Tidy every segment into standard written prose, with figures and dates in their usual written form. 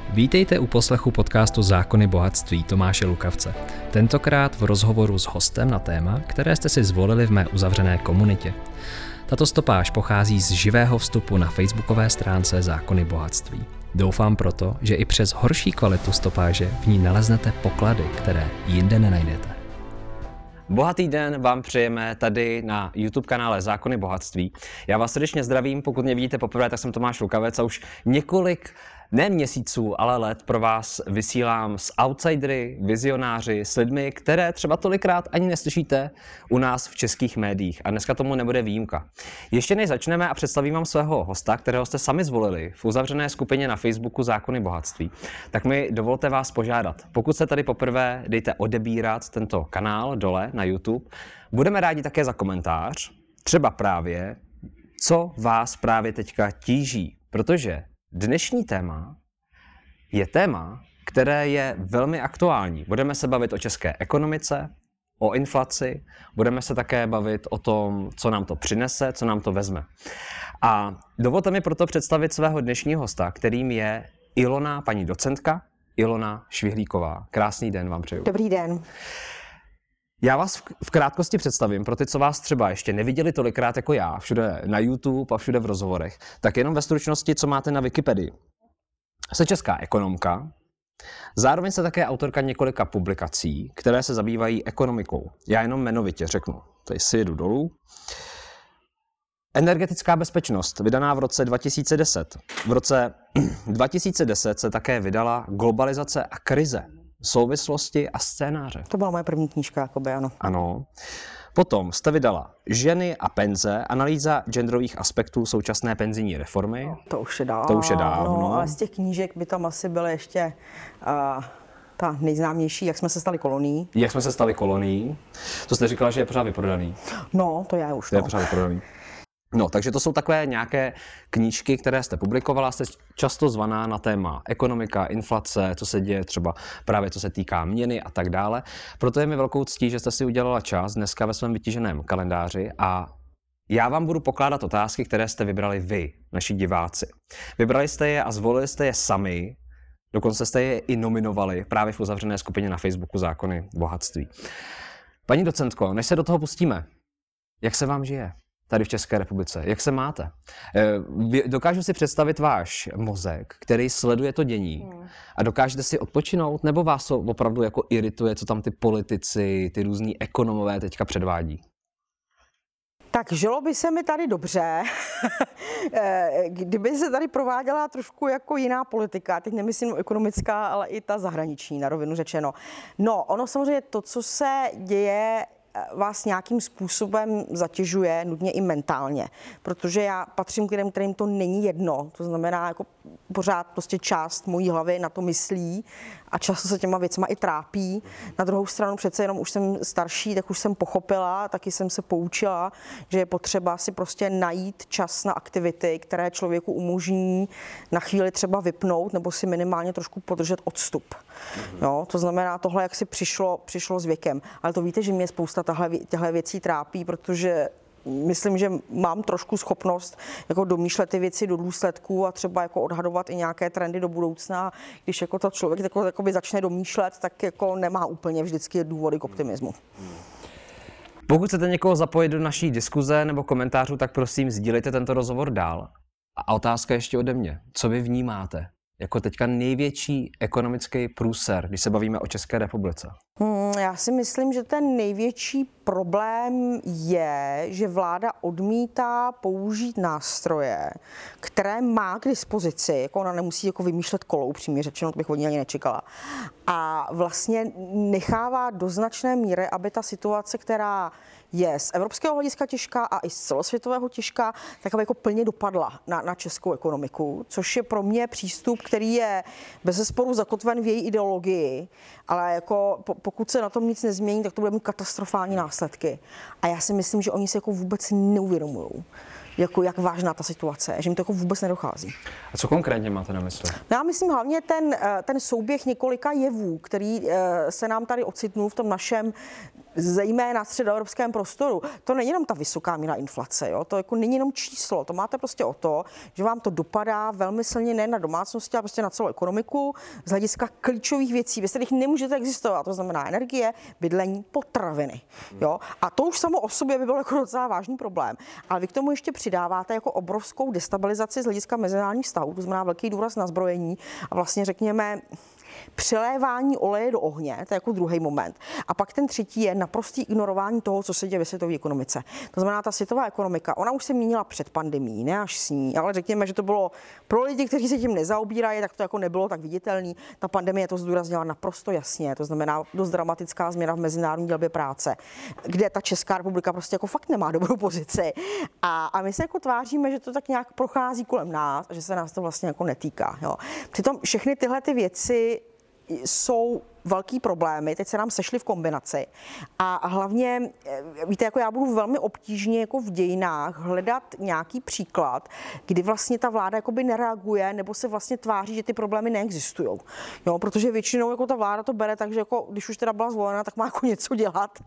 Vítejte u poslechu podcastu Zákony bohatství Tomáše Lukavce. Tentokrát v rozhovoru s hostem na téma, které jste si zvolili v mé uzavřené komunitě. Tato stopáž pochází z živého vstupu na facebookové stránce Zákony bohatství. Doufám proto, že i přes horší kvalitu stopáže v ní naleznete poklady, které jinde nenajdete. Bohatý den vám přejeme tady na YouTube kanále Zákony bohatství. Já vás srdečně zdravím, pokud mě vidíte poprvé, tak jsem Tomáš Lukavec a už několik ne měsíců, ale let pro vás vysílám s outsidery, vizionáři, s lidmi, které třeba tolikrát ani neslyšíte u nás v českých médiích. A dneska tomu nebude výjimka. Ještě než začneme a představím vám svého hosta, kterého jste sami zvolili v uzavřené skupině na Facebooku Zákony bohatství, tak mi dovolte vás požádat. Pokud jste tady poprvé, dejte odebírat tento kanál dole na YouTube. Budeme rádi také za komentář, třeba právě, co vás právě teďka tíží, protože dnešní téma je téma, které je velmi aktuální. Budeme se bavit o české ekonomice, o inflaci, budeme se také bavit o tom, co nám to přinese, co nám to vezme. A dovolte mi proto představit svého dnešního hosta, kterým je Ilona, paní docentka Ilona Švihlíková. Krásný den vám přeju. Dobrý den. Já vás v krátkosti představím, pro ty, co vás třeba ještě neviděli tolikrát jako já, všude na YouTube a všude v rozhovorech, tak jenom ve stručnosti, co máte na Wikipedii. Jste česká ekonomka, zároveň jste také autorka několika publikací, které se zabývají ekonomikou. Já jenom jmenovitě řeknu, tady si jedu dolů. Energetická bezpečnost, vydaná v roce 2010. V roce 2010 se také vydala Globalizace a krize. Souvislosti a scénáře. To byla moje první knížka, jakoby, ano. Ano. Potom jste vydala Ženy a penze, analýza genderových aspektů současné penzijní reformy. To už je dávno. To už je dávno. No, ale z těch knížek by tam asi byly ještě ta nejznámější, Jak jsme se stali kolonií. Jak jsme se stali kolonií. To jste říkala, že je pořád vyprodaný. No, to je už. To je pořád vyprodaný. No, takže to jsou takové nějaké knížky, které jste publikovala, jste často zvaná na téma ekonomika, inflace, co se děje třeba právě co se týká měny a tak dále. Proto je mi velkou ctí, že jste si udělala čas dneska ve svém vytíženém kalendáři a já vám budu pokládat otázky, které jste vybrali vy, naši diváci. Vybrali jste je a zvolili jste je sami, dokonce jste je i nominovali právě v uzavřené skupině na Facebooku Zákony bohatství. Paní docentko, než se do toho pustíme, jak se vám žije tady v České republice? Jak se máte? Dokážu si představit váš mozek, který sleduje to dění a dokážete si odpočinout, nebo vás to opravdu jako irituje, co tam ty politici, ty různí ekonomové teďka předvádí? Tak žilo by se mi tady dobře, kdyby se tady prováděla trošku jako jiná politika, teď nemyslím ekonomická, ale i ta zahraniční, na rovinu řečeno. No, ono samozřejmě to, co se děje, vás nějakým způsobem zatěžuje, nutně i mentálně, protože já patřím k lidem, kterým to není jedno, to znamená, jako pořád prostě část mojí hlavy na to myslí a často se těma věcma i trápí. Na druhou stranu přece jenom už jsem starší, tak už jsem pochopila, taky jsem se poučila, že je potřeba si prostě najít čas na aktivity, které člověku umožní na chvíli třeba vypnout nebo si minimálně trošku podržet odstup. No, to znamená tohle, jak si přišlo s věkem. Ale to víte, že mě spousta těchto věcí trápí, protože myslím, že mám trošku schopnost jako domýšlet ty věci do důsledků a třeba jako odhadovat i nějaké trendy do budoucna. Když jako to člověk jako začne domýšlet, tak jako nemá úplně vždycky důvody k optimismu. Pokud chcete někoho zapojit do naší diskuze nebo komentářů, tak prosím sdílejte tento rozhovor dál. A otázka ještě ode mě. Co vy vnímáte jako teďka největší ekonomický průser, když se bavíme o České republice? Já si myslím, že ten největší problém je, že vláda odmítá použít nástroje, které má k dispozici, jako ona nemusí jako vymýšlet kolo, upřímně řečeno, to bych od ní ani nečekala. A vlastně nechává do značné míry, aby ta situace, která je z evropského hlediska těžká a i z celosvětového těžká, tak aby jako plně dopadla na českou ekonomiku, což je pro mě přístup, který je bezesporu zakotven v její ideologii, ale jako pokud se na tom nic nezmění, tak to bude mít katastrofální následky. A já si myslím, že oni se jako vůbec neuvědomují, jako jak vážná ta situace, že jim to jako vůbec nedochází. A co konkrétně máte na mysli? Já myslím hlavně ten souběh několika jevů, který se nám tady ocitnul v tom našem zejména středoevropském prostoru, to není jenom ta vysoká míra inflace, jo? To jako není jenom číslo, to máte prostě o to, že vám to dopadá velmi silně ne na domácnosti, ale prostě na celou ekonomiku z hlediska klíčových věcí, bez kterých nemůžete existovat, to znamená energie, bydlení, potraviny. Jo? A to už samo o sobě by byl jako docela vážný problém. Ale vy k tomu ještě přidáváte jako obrovskou destabilizaci z hlediska mezinárodních vztahů, to znamená velký důraz na zbrojení a vlastně řekněme přilévání oleje do ohně, to je jako druhý moment. A pak ten třetí je naprostý ignorování toho, co se děje ve světové ekonomice. To znamená, ta světová ekonomika, ona už se měnila před pandemií, ne až s ní, ale řekněme, že to bylo pro lidi, kteří se tím nezaobírají, tak to jako nebylo tak viditelný. Ta pandemie to zdůraznila naprosto jasně, to znamená dost dramatická změna v mezinárodní dělbě práce, kde ta Česká republika prostě jako fakt nemá dobrou pozici. A my se jako tváříme, že to tak nějak prochází kolem nás a že se nás to vlastně jako netýká. Jo. Přitom všechny tyhle ty věci jsou velký problémy, teď se nám sešly v kombinaci a hlavně, víte, jako já budu velmi obtížně jako v dějinách hledat nějaký příklad, kdy vlastně ta vláda jakoby nereaguje nebo se vlastně tváří, že ty problémy neexistují. Jo, protože většinou jako ta vláda to bere tak, že jako, když už teda byla zvolena, tak má jako něco dělat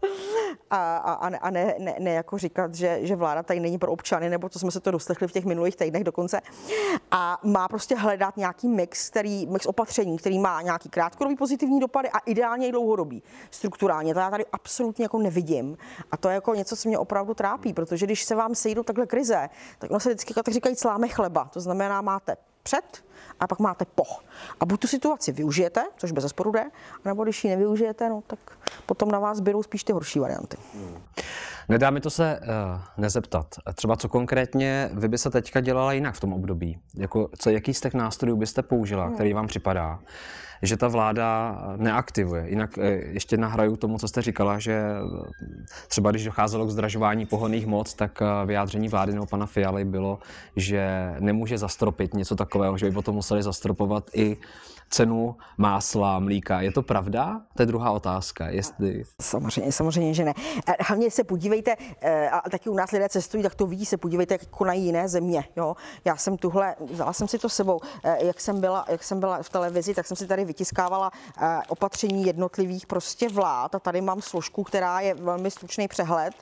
a ne jako říkat, že vláda tady není pro občany, nebo to jsme se to doslechli v těch minulých týdnech dokonce. A má prostě hledat nějaký mix opatření, který má nějaký krátkodobý pozitivní dopady a ideálně i dlouhodobý, strukturálně. To já tady absolutně jako nevidím. A to je jako něco, co mě opravdu trápí, protože když se vám sejdou takhle krize, tak ono se vždycky tak říkají láme chleba. To znamená, máte před a pak máte po. A buď tu situaci využijete, což bezesporu jde, nebo když ji nevyužijete, no tak potom na vás běrou spíš ty horší varianty. Nedá mi to se nezeptat. Třeba co konkrétně vy by se teďka dělala jinak v tom období? Jaký z těch nástrojů byste použila, který vám připadá, že ta vláda neaktivuje? Jinak ještě nahraju tomu, co jste říkala, že třeba když docházelo k zdražování pohonných hmot, tak vyjádření vlády nebo pana Fialy bylo, že nemůže zastropit něco takového, že by potom museli zastropovat i cenu másla, mlíka. Je to pravda? To je druhá otázka. Jestli... Samozřejmě, že ne. Hlavně se podívejte, a taky u nás lidé cestují, tak to vidí, se podívejte, jak konají jiné země. Jo? Já jsem vzala jsem si to sebou, jak jsem byla v televizi, tak jsem si tady vytiskávala opatření jednotlivých prostě vlád a tady mám složku, která je velmi stručný přehled.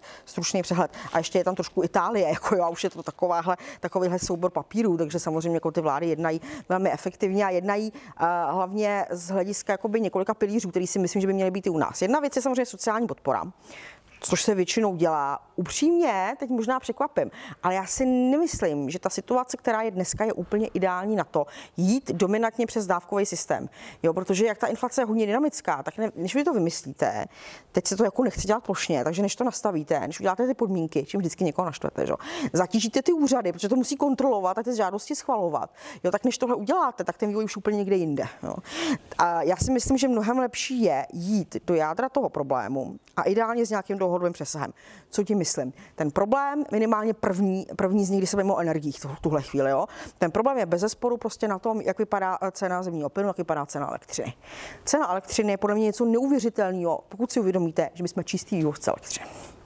A ještě je tam trošku Itálie, jako jo, a už je to takovýhle soubor papírů, takže samozřejmě jako ty vlády jednají velmi efektivně a jednají hlavně z hlediska jakoby několika pilířů, který si myslím, že by měly být i u nás. Jedna věc je samozřejmě sociální podpora, což se většinou dělá. Upřímně, teď možná překvapím, ale já si nemyslím, že ta situace, která je dneska, je úplně ideální na to jít dominantně přes dávkový systém. Jo, protože jak ta inflace je hodně dynamická, tak než vy to vymyslíte, teď se to jako nechce dělat plošně, takže než to nastavíte, než uděláte ty podmínky, čím vždycky někoho naštvete, že? Zatížíte ty úřady, protože to musí kontrolovat a ty žádosti schvalovat. Jo, tak než tohle uděláte, tak ten vývoj už úplně někde jinde. Jo. A já si myslím, že mnohem lepší je jít do jádra toho problému a ideálně s nějakým dlouhodobým přesahem. Co tím myslím? Ten problém, minimálně první z nich, kdy se bavíme o energiích v tuhle chvíli, jo? Ten problém je bezesporu prostě na tom, jak vypadá cena zemního plynu, jak vypadá cena elektřiny. Cena elektřiny je podle mě něco neuvěřitelného, pokud si uvědomíte, že my jsme čistý vývozce elektřiny.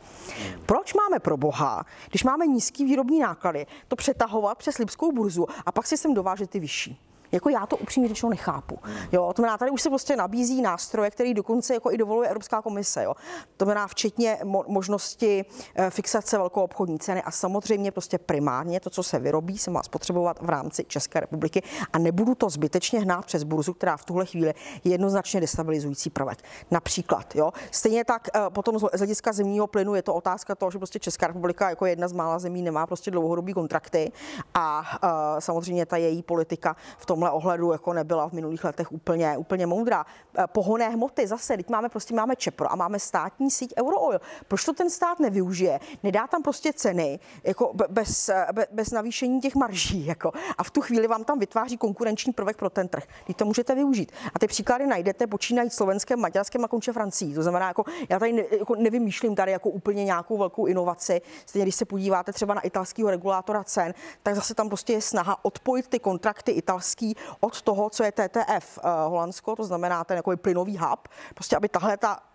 Proč máme pro boha, když máme nízký výrobní náklady, to přetahovat přes lipskou burzu a pak si sem dovážet ty vyšší? Jako já to upřímně řečeno nechápu. Jo, to znamená, tady už se prostě nabízí nástroje, který dokonce jako i dovoluje Evropská komise. Jo. To znamená včetně možnosti fixace velkoobchodní ceny a samozřejmě prostě primárně to, co se vyrobí, se má spotřebovat v rámci České republiky a nebudu to zbytečně hnát přes burzu, která v tuhle chvíli je jednoznačně destabilizující prvek. Například, jo. Stejně tak potom z hlediska zemního plynu je to otázka toho, že prostě Česká republika jako jedna z mála zemí nemá prostě dlouhodobý kontrakty a samozřejmě ta její politika v tomhle ohledu jako nebyla v minulých letech úplně moudrá. Pohonné hmoty zase, teď máme ČEPRO a máme státní síť Eurooil. Proč to ten stát nevyužije? Nedá tam prostě ceny jako bez navýšení těch marží jako, a v tu chvíli vám tam vytváří konkurenční prvek pro ten trh. Teď to můžete využít. A ty příklady najdete počínají Slovenskem, Maďarskem a konče Francií. To znamená, jako, já tady nevymýšlím tady jako úplně nějakou velkou inovaci. Stejně když se podíváte třeba na italského regulátora cen, tak zase tam prostě je snaha odpojit ty kontrakty italský od toho, co je TTF Holandsko, to znamená ten jako plynový hub, prostě aby tahle ta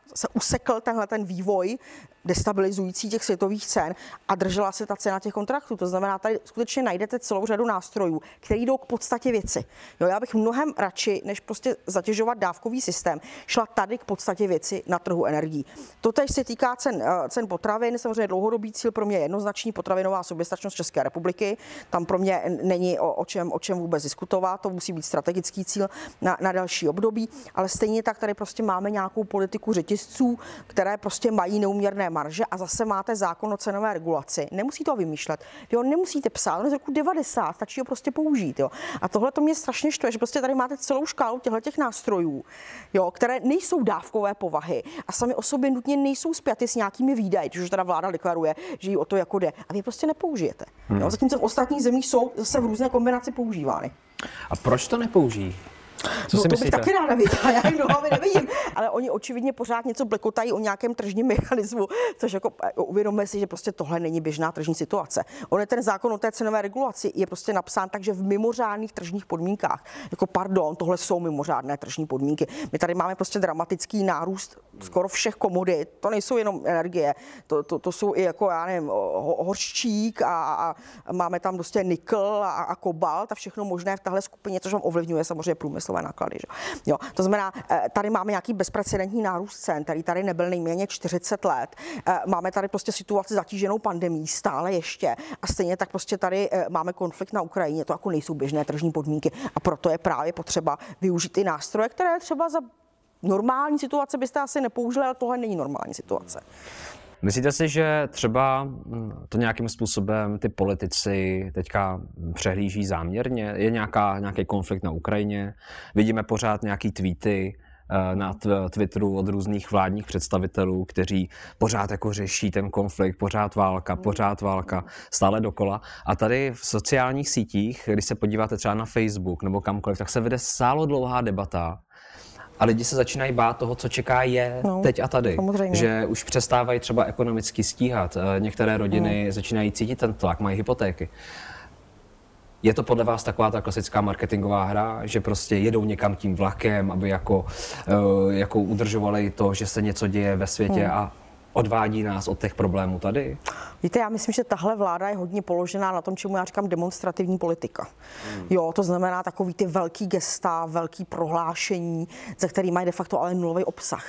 se usekl tenhle ten vývoj destabilizující těch světových cen a držela se ta cena těch kontraktů. To znamená, tady skutečně najdete celou řadu nástrojů, které jdou k podstatě věci. Jo, já bych mnohem radši, než prostě zatěžovat dávkový systém, šla tady k podstatě věci na trhu energií. Totéž se týká cen potravin, samozřejmě dlouhodobý cíl pro mě je jednoznačný, potravinová soběstačnost České republiky. Tam pro mě není o čem vůbec diskutovat, to musí být strategický cíl na další období, ale stejně tak tady prostě máme nějakou politiku řetězců, které prostě mají neúměrné marže a zase máte zákon o cenové regulaci. Nemusí to vymýšlet. Vy ho nemusíte psát, on je z roku 90, stačí ho prostě použít. Jo. A tohle to mě strašně štve, že prostě tady máte celou škálu těchto nástrojů, jo, které nejsou dávkové povahy a sami o sobě nutně nejsou spjaty s nějakými výdaji, protože teda vláda deklaruje, že jí o to jako jde. A vy prostě nepoužijete. Jo. Zatímco v ostatních zemích jsou zase v různé kombinaci používány. A proč to nepoužijí? Co si myslíte? To bych taky ráda viděla, já jim do hlavy nevidím, ale oni očividně pořád něco blekotají o nějakém tržním mechanismu, což jako uvědomme si, že prostě tohle není běžná tržní situace. On je ten zákon o té cenové regulaci je prostě napsán tak, že v mimořádných tržních podmínkách, jako pardon, tohle jsou mimořádné tržní podmínky. My tady máme prostě dramatický nárůst skoro všech komodit, to nejsou jenom energie, to jsou i jako, já nevím, hořčík a máme tam prostě nikl a kobalt a všechno možné v téhle skupině, což vám ovlivňuje samozřejmě průmyslové náklady. Že? Jo, to znamená, tady máme nějaký bezprecedentní nárůst cen, který tady nebyl nejméně 40 let. Máme tady prostě situaci zatíženou pandemií stále ještě a stejně tak prostě tady máme konflikt na Ukrajině, to jako nejsou běžné tržní podmínky a proto je právě potřeba využít ty nástroje, které třeba za normální situace byste asi nepoužili, ale tohle není normální situace. Myslíte si, že třeba to nějakým způsobem ty politici teďka přehlíží záměrně? Je nějaký konflikt na Ukrajině? Vidíme pořád nějaký tweety na Twitteru od různých vládních představitelů, kteří pořád jako řeší ten konflikt, pořád válka, stále dokola. A tady v sociálních sítích, když se podíváte třeba na Facebook nebo kamkoliv, tak se vede sáhodlouhá debata. A lidi se začínají bát toho, co čeká teď a tady. Samozřejmě. Že už přestávají třeba ekonomicky stíhat. Některé rodiny začínají cítit ten tlak, mají hypotéky. Je to podle vás taková ta klasická marketingová hra, že prostě jedou někam tím vlakem, aby jako udržovali to, že se něco děje ve světě a odvádí nás od těch problémů tady? Víte, já myslím, že tahle vláda je hodně položená na tom, čemu já říkám demonstrativní politika. Jo, to znamená takový ty velký gesta, velký prohlášení, ze kterých mají de facto ale nulový obsah.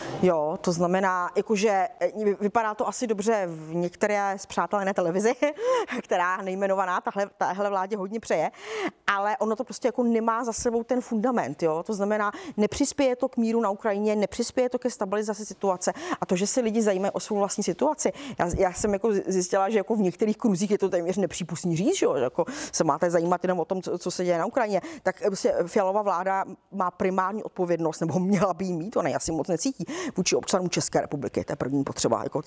Jo, to znamená, jakože vypadá to asi dobře v některé spřátelené televizi, která nejmenovaná tahle vládě hodně přeje, ale ono to prostě jako nemá za sebou ten fundament, jo. To znamená, nepřispěje to k míru na Ukrajině, nepřispěje to ke stabilizaci situace a to, že se lidi zajímají o svou vlastní situaci. Já jsem jako zjistila, že jako v některých kruzích je to téměř nepřípustný říct, že jako se máte zajímat jenom o tom, co se děje na Ukrajině, tak prostě Fialova vláda má primární odpovědnost, nebo měla by jí mít, ona ji asi moc necítí, vůči občanům České republiky. To je první potřeba, jako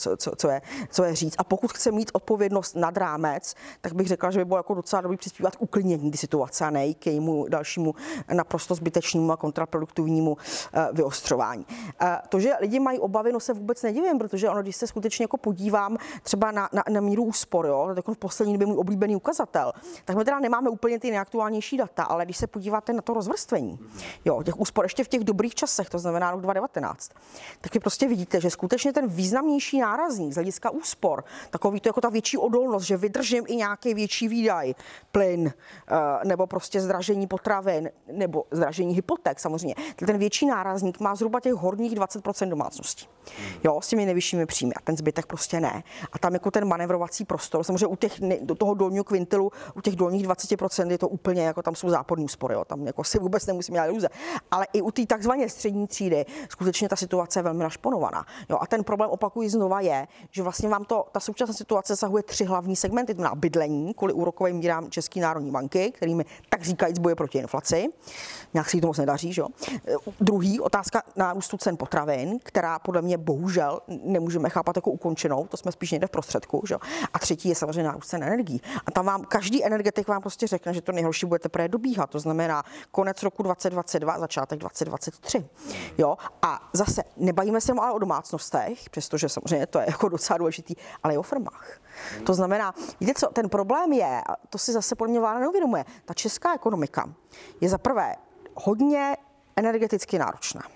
co je říct. A pokud chce mít odpovědnost nad rámec, tak bych řekla, že by bylo jako docela dobrý přispívat k uklidnění situace a ne k jejímu dalšímu naprosto zbytečnému a kontraproduktivnímu vyostřování. To, že lidi mají obavy, no se vůbec nedivím, protože ono, když se skutečně jako podívám třeba na míru úspor, jo, tak v poslední době můj oblíbený ukazatel, tak my teda nemáme úplně ty nejaktuálnější data, ale když se podíváte na to rozvrstvení, jo, těch úspor ještě v těch dobrých časech, to znamená rok 2019, tak vy prostě vidíte, že skutečně ten významnější nárazník z hlediska úspor, takový to jako ta větší odolnost, že vydržím i nějaký větší výdaj, plyn, nebo prostě zdražení potravin, nebo zdražení hypoték samozřejmě. Ten větší nárazník má zhruba těch horních 20% domácností. Jo, s těmi nejvyššími příjmy a ten zbytek prostě ne. A tam jako ten manevrovací prostor, samozřejmě do toho dolního kvintilu, u těch dolních 20% je to úplně jako tam jsou záporní úspory, jo, tam jako si vůbec nemusíme dělat iluze. Ale i u té takzvané střední třídy skutečně ta situace je velmi našponovaná. Jo, a ten problém, opakuji znova, je, že vlastně vám ta současná situace zasahuje 3 hlavní segmenty, to znamená bydlení kvůli úrokovým mírám České národní banky, kterými tak říkajíc boje proti inflaci. Nějak si to moc nedaří, že jo. Druhý otázka nárůstu cen potravin, která podle mě bohužel nemůžeme chápat jako ukončenou, to jsme spíš někde v prostředku, že jo. A třetí je samozřejmě nárůst cen energií. A tam vám každý energetik vám prostě řekne, že to nejhorší bude teprve dobíhat, to znamená konec roku 2022, začátek 2023. Jo. A zase nebavíme se ale o domácnostech, přestože samozřejmě to je jako docela důležitý, ale i o firmách. To znamená, víte co, ten problém je, a to si zase podle mě vláda neuvědomuje, ta česká ekonomika je za prvé hodně energeticky náročná.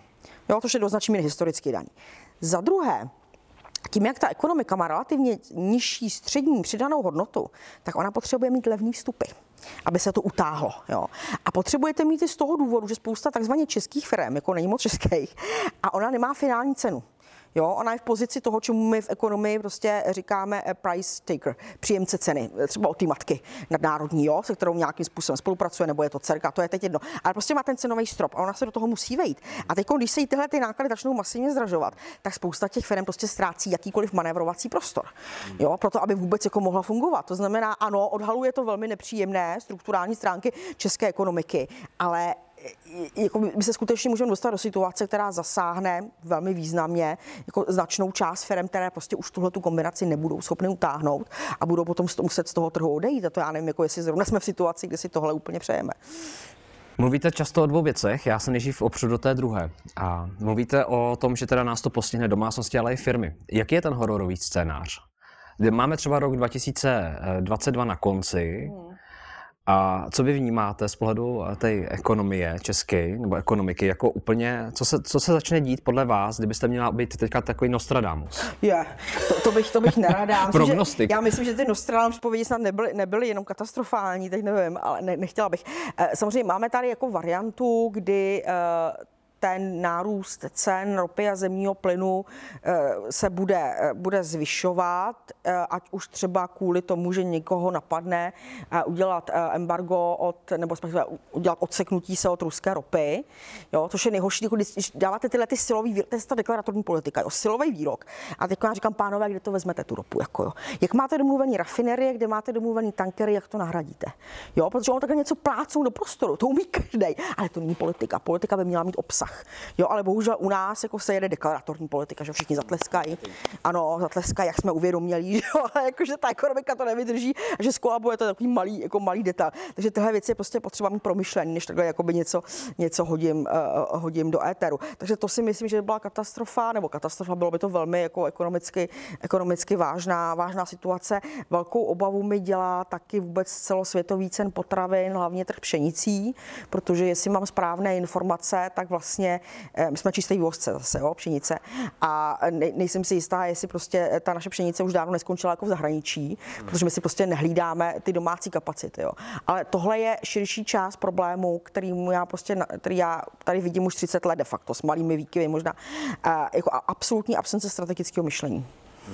Jo, to je do značné míry historicky daný. Za druhé, tím, jak ta ekonomika má relativně nižší střední přidanou hodnotu, tak ona potřebuje mít levný vstupy, aby se to utáhlo. Jo. A potřebujete mít i z toho důvodu, že spousta takzvaně českých firm, jako není moc českých, a ona nemá finální cenu. Jo, ona je v pozici toho, čemu my v ekonomii prostě říkáme price taker, příjemce ceny, třeba od té matky nadnárodní, jo, se kterou nějakým způsobem spolupracuje, nebo je to dcerka, to je teď jedno. Ale prostě má ten cenový strop a ona se do toho musí vejít. A teď, když se jí tyhle ty náklady začnou masivně zdražovat, tak spousta těch firm prostě ztrácí jakýkoliv manévrovací prostor. Jo, proto aby vůbec jako mohla fungovat. To znamená, ano, odhaluje to velmi nepříjemné strukturální stránky české ekonomiky, ale jako my se skutečně můžeme dostat do situace, která zasáhne velmi významně jako značnou část firm, které prostě už tuhle tu kombinaci nebudou schopny utáhnout a budou potom muset z toho trhu odejít. A to já nevím, jako jestli zrovna jsme v situaci, kde si tohle úplně přejeme. Mluvíte často o dvou věcech, já se nejdřív opřu do té druhé. A mluvíte o tom, že teda nás to postihne domácnosti, ale i firmy. Jaký je ten hororový scénář? Kde máme třeba rok 2022 na konci, a co vy vnímáte z pohledu té ekonomie české, nebo ekonomiky, jako úplně, co se začne dít podle vás, kdybyste měla být teďka takový Nostradamus? To bych nerada. Prognostik. Já myslím, že ty Nostradamus povědi snad nebyly jenom katastrofální, teď nevím, ale nechtěla bych. Samozřejmě máme tady jako variantu, kdy ten nárůst cen ropy a zemního plynu se bude zvyšovat, ať už třeba kvůli tomu, že někoho napadne udělat embargo nebo udělat odseknutí se od ruské ropy, jo, což je nejhorší, když dáváte tyhle ty silový výrok, to je ta deklaratorní politika, jo, silový výrok. A teď já říkám, pánové, kde to vezmete tu ropu, jako jo. Jak máte domluvený rafinerie, kde máte domluvený tankery, jak to nahradíte? Jo, protože on takhle něco plácou do prostoru, to umí každý, ale to není politika. Politika by měla mít obsah. Jo, ale bohužel u nás jako se jede deklaratorní politika, že všichni zatleskají. Ano, zatleskají, jak jsme uvědoměli, že jakože ta ekonomika to nevydrží a že skolabuje, to je takový malý detail. Takže tyhle věci je prostě potřeba mít promyšlený, než takhle jakoby něco hodím do éteru. Takže to si myslím, že by byla katastrofa, bylo by to velmi jako ekonomicky vážná situace. Velkou obavu mi dělá taky vůbec celosvětový cen potravin, hlavně trh pšenicí, protože jestli mám správné informace, tak vlastně my jsme čistý vývozce zase, jo, pšenice. A nejsem si jistá, jestli prostě ta naše pšenice už dávno neskončila jako v zahraničí, protože my si prostě nehlídáme ty domácí kapacity, jo. Ale tohle je širší část problému, který já tady vidím už 30 let de facto, s malými výkyvy možná, jako absolutní absence strategického myšlení.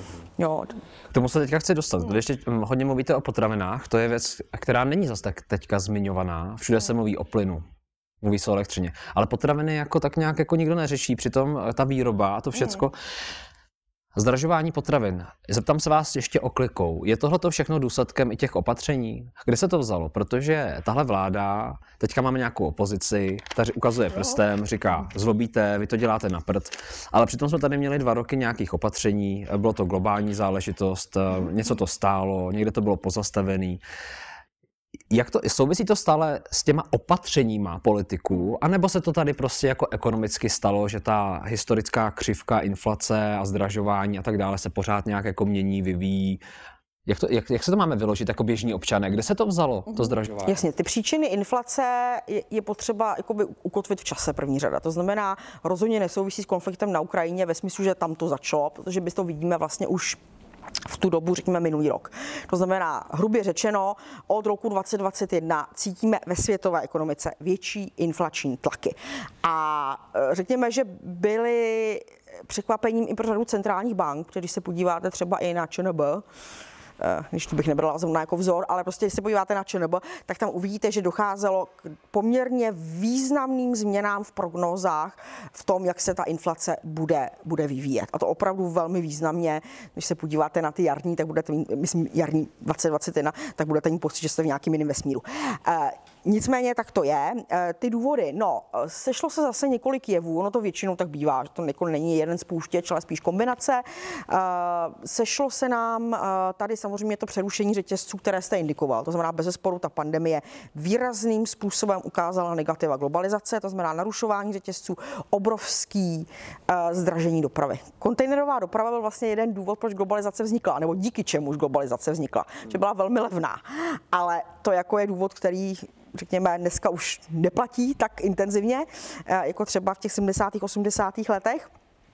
Jo. K tomu se teďka chci dostat. Když teď hodně mluvíte o potravinách, to je věc, která není zase tak teďka zmiňovaná. Všude se mluví o plynu. Mluví se o elektřině. Ale potraviny jako tak nějak jako nikdo neřeší, přitom ta výroba a to všecko. Zdražování potravin. Zeptám se vás ještě oklikou. Je tohleto všechno důsledkem i těch opatření? Kde se to vzalo? Protože tahle vláda, teďka máme nějakou opozici, ta ukazuje prstem, říká, zlobíte, vy to děláte na prd. Ale přitom jsme tady měli 2 roky nějakých opatření, bylo to globální záležitost, něco to stálo, někde to bylo pozastavený. Jak to, souvisí to stále s těma opatřeníma politiků, anebo se to tady prostě jako ekonomicky stalo, že ta historická křivka inflace a zdražování a tak dále se pořád nějak jako mění, vyvíjí? Jak se to máme vyložit jako běžní občané? Kde se to vzalo, to zdražování? Jasně, ty příčiny inflace je potřeba jakoby ukotvit v čase první řada. To znamená, rozhodně nesouvisí s konfliktem na Ukrajině ve smyslu, že tam to začalo, protože my to vidíme vlastně už v tu dobu, řekněme, minulý rok. To znamená, hrubě řečeno, od roku 2021 cítíme ve světové ekonomice větší inflační tlaky. A řekněme, že byly překvapením i pro řadu centrálních bank, když se podíváte třeba i na ČNB, když to bych nebrala zrovna jako vzor, ale prostě když se podíváte na ČNB, tak tam uvidíte, že docházelo k poměrně významným změnám v prognózách v tom, jak se ta inflace bude vyvíjet. A to opravdu velmi významně. Když se podíváte na ty jarní, tak budete mít, myslím, jarní 2021, tak budete mít pocit, že jste v nějakým jiném vesmíru. Nicméně tak to je. Ty důvody, sešlo se zase několik jevů, ono to většinou tak bývá, že to není jeden spouštěč, ale spíš kombinace. Sešlo se nám tady samozřejmě to přerušení řetězců, které jste indikoval, to znamená bezesporu ta pandemie výrazným způsobem ukázala negativa globalizace, to znamená narušování řetězců, obrovský zdražení dopravy. Kontejnerová doprava byl vlastně jeden důvod, proč globalizace vznikla, nebo díky čemuž globalizace vznikla, že byla velmi levná, ale to jako je důvod, který řekněme, dneska už neplatí tak intenzivně, jako třeba v těch 70. 80. letech.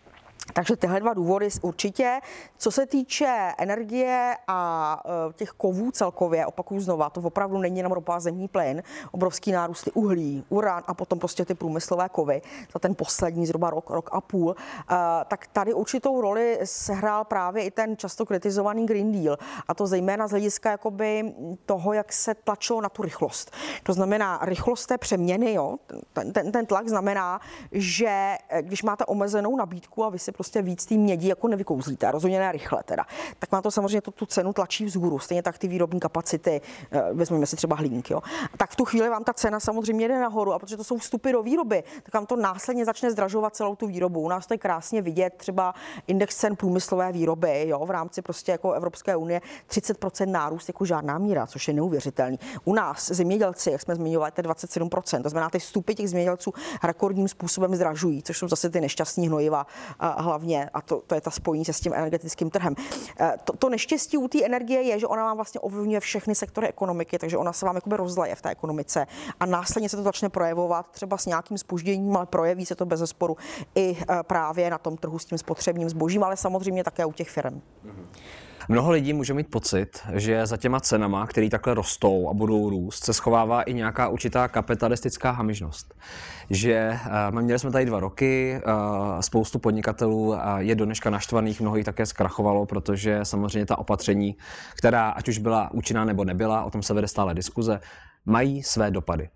Takže tyhle dva důvody určitě. Co se týče energie a těch kovů celkově, opakuju znova, to opravdu není jenom ropa a zemní plyn, obrovský nárůsty uhlí, uran a potom prostě ty průmyslové kovy za ten poslední zhruba rok a půl, tak tady určitou roli sehrál právě i ten často kritizovaný Green Deal, a to zejména z hlediska jakoby toho, jak se tlačilo na tu rychlost. To znamená rychlost té přeměny, jo? Ten tlak znamená, že když máte omezenou nabídku a vy si prostě víc tý mědí jako nevykouzlíte, rozhodně ne rychle teda, tak má to samozřejmě tu cenu tlačí vzhůru, stejně tak ty výrobní kapacity, vezmeme si třeba hliník, jo. Tak v tu chvíli vám ta cena samozřejmě jde nahoru, a protože to jsou vstupy do výroby, tak vám to následně začne zdražovat celou tu výrobu. U nás to je krásně vidět, třeba index cen průmyslové výroby, jo, v rámci prostě jako Evropské unie 30% nárůst jako žádná míra, což je neuvěřitelný. U nás zemědělci, jak jsme zmiňovali, to je 27%, to znamená, ty vstupy těch zemědělců rekordním způsobem zdražují, což jsou zase ty nešťastní hnojiva hlavně, a to je ta spojení se s tím energetickým trhem. To neštěstí u té energie je, že ona vám vlastně ovlivňuje všechny sektory ekonomiky, takže ona se vám jakoby rozleje v té ekonomice a následně se to začne projevovat třeba s nějakým zpožděním, ale projeví se to bezesporu i právě na tom trhu s tím spotřebním zbožím, ale samozřejmě také u těch firm. Mnoho lidí může mít pocit, že za těma cenama, které takhle rostou a budou růst, se schovává i nějaká určitá kapitalistická hamižnost. Že měli jsme tady 2 roky, spoustu podnikatelů je do dneška naštvaných, mnoho jich také zkrachovalo, protože samozřejmě ta opatření, která ať už byla účinná nebo nebyla, o tom se vede stále diskuze, mají své dopady.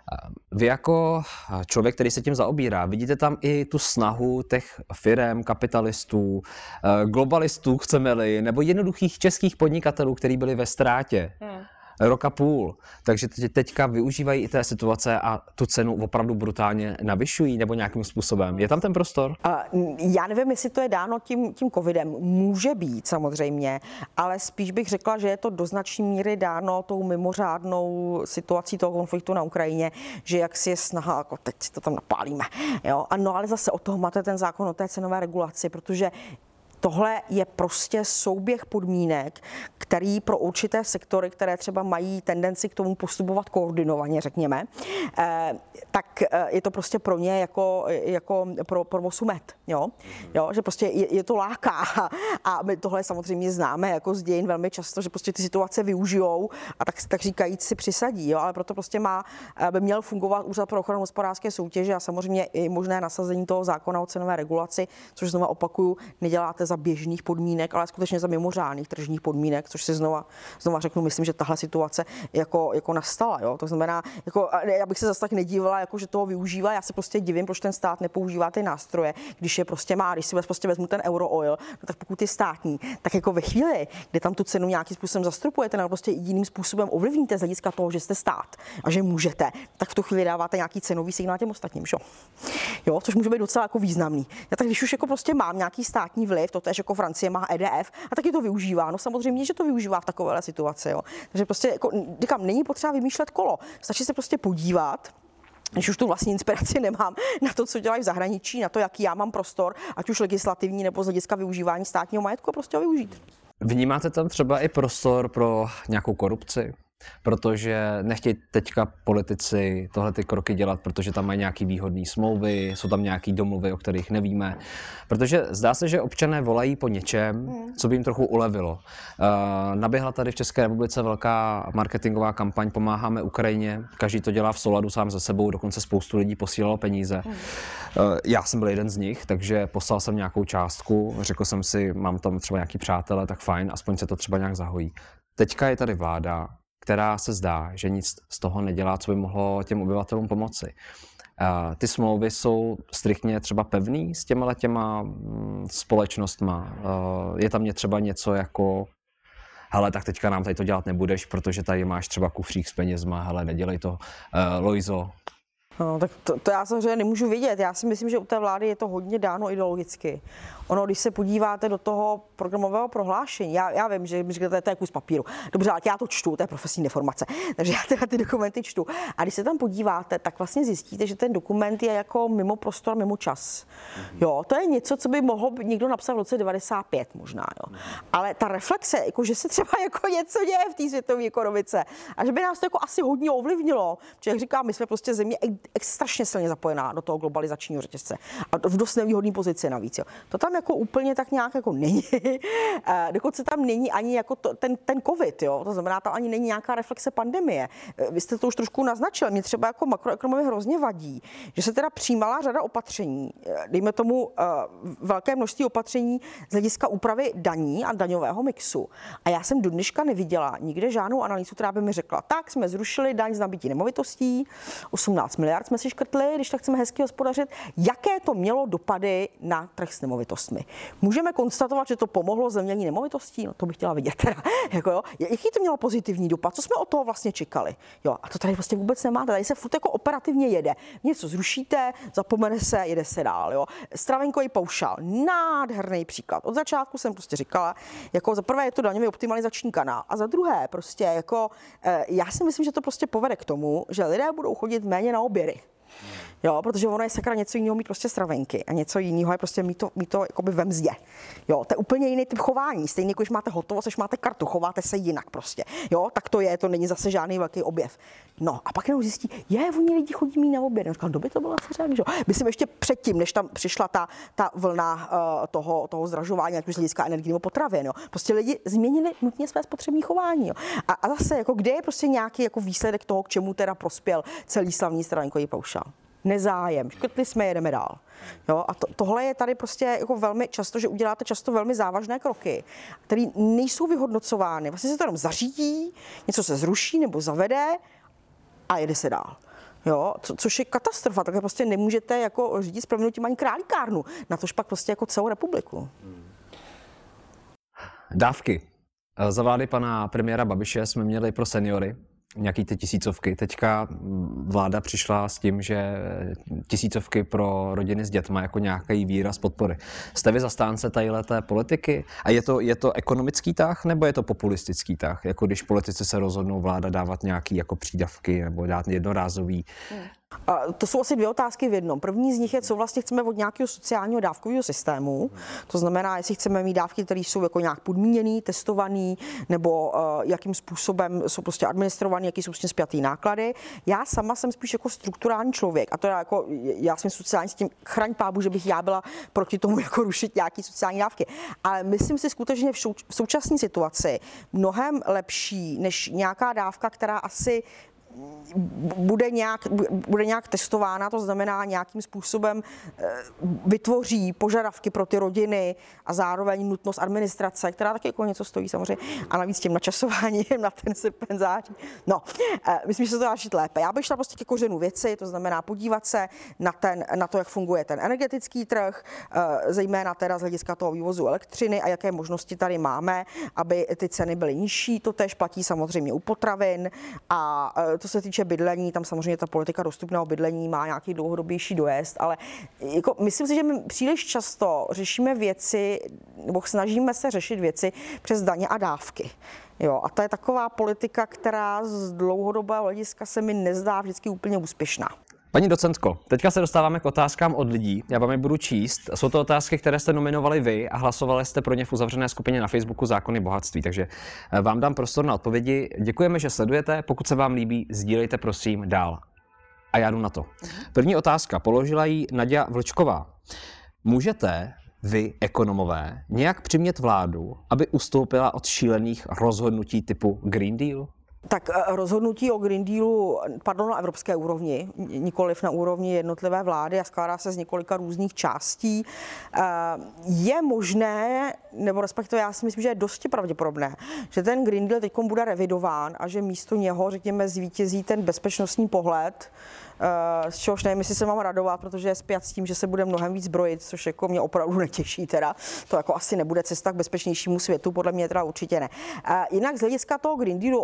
Vy jako člověk, který se tím zaobírá, vidíte tam i tu snahu těch firem, kapitalistů, globalistů, chceme-li, nebo jednoduchých českých podnikatelů, kteří byli ve ztrátě rok a půl. Takže teďka využívají i té situace a tu cenu opravdu brutálně navyšují nebo nějakým způsobem. Je tam ten prostor? Já nevím, jestli to je dáno tím covidem. Může být samozřejmě, ale spíš bych řekla, že je to do značné míry dáno tou mimořádnou situací toho konfliktu na Ukrajině, že jak si je snaha, jako teď si to tam napálíme. Jo? No ale zase od toho máte ten zákon o té cenové regulaci, protože tohle je prostě souběh podmínek, který pro určité sektory, které třeba mají tendenci k tomu postupovat koordinovaně, řekněme, tak je to prostě pro ně jako pro 8 let, jo? Že prostě je to láká a my tohle samozřejmě známe jako z dějin velmi často, že prostě ty situace využijou a tak říkajíc si přisadí, jo? Ale proto prostě by měl fungovat Úřad pro ochranu hospodářské soutěže a samozřejmě i možné nasazení toho zákona o cenové regulaci, což znova opakuju, neděláte za běžných podmínek, ale skutečně za mimořádných tržních podmínek, což si znova řeknu, myslím, že tahle situace jako nastala, jo. To znamená, jako já bych se zase tak nedívala, jako že toho využívá, já se prostě divím, proč ten stát nepoužívá ty nástroje, když je prostě má, když si prostě vezmu ten Eurooil, no tak pokud je státní, tak jako ve chvíli, kdy tam tu cenu nějakým způsobem zastropujete, nebo prostě jiným způsobem ovlivníte z hlediska toho, že jste stát a že můžete, tak v tu chvíli dáváte nějaký cenový signál těm ostatním, jo, což může být docela jako významný. Já tak když už jako prostě mám nějaký státní vliv, to jako Francie má EDF a taky to využívá. No samozřejmě, že to využívá v takovéhle situaci, jo. Takže prostě jako říkám, není potřeba vymýšlet kolo. Stačí se prostě podívat, když už tu vlastní inspiraci nemám, na to, co dělají v zahraničí, na to, jaký já mám prostor, ať už legislativní nebo z hlediska využívání státního majetku, a prostě ho využít. Vnímáte tam třeba i prostor pro nějakou korupci? Protože nechtějí teďka politici tohle ty kroky dělat, protože tam mají nějaký výhodné smlouvy, jsou tam nějaký domluvy, o kterých nevíme. Protože zdá se, že občané volají po něčem, co by jim trochu ulevilo. Naběhla tady v České republice velká marketingová kampaň Pomáháme Ukrajině. Každý to dělá v souladu sám se sebou, dokonce spoustu lidí posílalo peníze. Já jsem byl jeden z nich, takže poslal jsem nějakou částku, řekl jsem si, mám tam třeba nějaký přátelé, tak fajn, aspoň se to třeba nějak zahojí. Teďka je tady vláda, která se zdá, že nic z toho nedělá, co by mohlo těm obyvatelům pomoci. Ty smlouvy jsou striktně třeba pevný s těma společnostma. Je tam třeba něco jako, hele, tak teďka nám tady to dělat nebudeš, protože tady máš třeba kufřík s penězma, hele, nedělej to, Lojzo. No, tak to já samozřejmě nemůžu vidět. Já si myslím, že u té vlády je to hodně dáno ideologicky. Ono, když se podíváte do toho programového prohlášení, já vím, že mi říkáte, to je kus papíru. Dobře, ale já to čtu, to je profesní deformace. Takže já teda ty dokumenty čtu. A když se tam podíváte, tak vlastně zjistíte, že ten dokument je jako mimo prostor, mimo čas. Jo, to je něco, co by mohl někdo napsat v roce 95 možná, jo. Ale ta reflexe, jako že se třeba jako něco děje v té světové ekonomice a že by nás to jako asi hodně ovlivnilo, protože jak říkám, my jsme prostě země strašně silně zapojená do toho globalizačního řetězce a v dost nevýhodné pozici navíc. Jo. To tam jako úplně tak nějak jako není. Dokonce tam není ani jako ten covid, jo. To znamená, tam ani není nějaká reflexe pandemie. Vy jste to už trošku naznačil. Mě třeba jako makroekonomie hrozně vadí, že se teda přijímala řada opatření, dejme tomu velké množství opatření z hlediska úpravy daní a daňového mixu. A já jsem do dneška neviděla nikde žádnou analýzu, která by mi řekla, tak jsme zrušili daň z nabytí nemovitostí, 18 miliard jsme si škrtli, když tak chceme hezky hospodařit. Jaké to mělo dopady na trh s nemovitostmi? Můžeme konstatovat, že to pomohlo zlevnění nemovitostí? No, to bych chtěla vidět teda. Jako jo, jaký to mělo pozitivní dopad? Co jsme od toho vlastně čekali? Jo, a to tady vlastně vůbec nemáte. Tady se furt jako operativně jede. Něco zrušíte, zapomene se, jede se dál. Jo. Stravenkový paušál, nádherný příklad. Od začátku jsem prostě říkala, jako za prvé je to daňový optimalizační kanál a za druhé prostě jako já si myslím, že to prostě povede k tomu, že lidé budou chodit méně na obědy. Jo, protože ono je sakra něco jiného mít prostě stravenky a něco jiného je prostě mít to jakoby ve mzdě. Jo, to je úplně jiný typ chování. Stejně jako když máte hotovost, když máte kartu, chováte se jinak prostě. Jo, tak to není zase žádný velký objev. No a pak jenom zjistí, oni lidi chodí mít na oběd. No, říkám, kdo by to bylo asi řek, že jo? Myslím ještě předtím, než tam přišla ta vlna toho zdražování, ať už z hlediska energie nebo potravin, jo. Prostě lidi změnili nutně své spotřební chování, jo. A zase jako kde je prostě nějaký jako výsledek toho, k čemu teda prospěl celý slavný stravenkový paušál? Nezájem. Škrtli jsme, jedeme dál. Jo, a tohle je tady prostě jako velmi často, že uděláte často velmi závažné kroky, které nejsou vyhodnocovány. Vlastně se to jenom zařídí, něco se zruší nebo zavede a jede se dál. Jo, což je katastrofa, takže prostě nemůžete jako řídit s prominutím ani králíkárnu, natož pak prostě jako celou republiku. Dávky. Za vlády pana premiéra Babiše jsme měli pro seniory nějaký ty tisícovky. Teďka vláda přišla s tím, že tisícovky pro rodiny s dětma jako nějaký výraz podpory. Jste vy zastánce tadyhleté politiky? A je to ekonomický tah, nebo je to populistický tah? Jako když politici se rozhodnou vláda dávat nějaký jako přídavky nebo dát jednorázový. To jsou asi dvě otázky v jednom. První z nich je, co vlastně chceme od nějakého sociálního dávkového systému. To znamená, jestli chceme mít dávky, které jsou jako nějak podmíněné, testované, nebo jakým způsobem jsou prostě administrované, jaký jsou s tím spjatý náklady. Já sama jsem spíš jako strukturální člověk. A to jako já jsem sociální s tím chraň pábu, že bych já byla proti tomu jako rušit nějaký sociální dávky. Ale myslím si skutečně v současné situaci mnohem lepší než nějaká dávka, která asi bude nějak testována, to znamená nějakým způsobem vytvoří požadavky pro ty rodiny a zároveň nutnost administrace, která taky jako něco stojí samozřejmě a navíc tím načasováním na ten srpen, září. No, myslím, že se to dá řešit lépe. Já bych šla prostě ke kořenu věci, to znamená podívat se na to, jak funguje ten energetický trh, zejména teda z hlediska toho vývozu elektřiny a jaké možnosti tady máme, aby ty ceny byly nižší. To též platí samozřejmě u potravin a co se týče bydlení, tam samozřejmě ta politika dostupného bydlení má nějaký dlouhodobější dojezd, ale jako myslím si, že my příliš často řešíme věci, nebo snažíme se řešit věci přes daně a dávky. Jo, a to je taková politika, která z dlouhodobého hlediska se mi nezdá vždycky úplně úspěšná. Paní docentko, teďka se dostáváme k otázkám od lidí. Já vám je budu číst. Jsou to otázky, které jste nominovali vy a hlasovali jste pro ně v uzavřené skupině na Facebooku Zákony bohatství. Takže vám dám prostor na odpovědi. Děkujeme, že sledujete. Pokud se vám líbí, sdílejte prosím dál. A já jdu na to. První otázka. Položila ji Nadia Vlčková. Můžete vy, ekonomové, nějak přimět vládu, aby ustoupila od šílených rozhodnutí typu Green Deal? Tak rozhodnutí o Green Dealu padlo na evropské úrovni, nikoliv na úrovni jednotlivé vlády a skládá se z několika různých částí. Je možné, nebo respektive já si myslím, že je dosti pravděpodobné, že ten Green Deal teď bude revidován a že místo něho, řekněme, zvítězí ten bezpečnostní pohled, z čehož nevím, jestli se mám radovat, protože je spjat s tím, že se bude mnohem víc zbrojit, což jako mě opravdu netěší teda. To jako asi nebude cesta k bezpečnějšímu světu, podle mě teda určitě ne. Jinak z hlediska toho Green Dealu, ono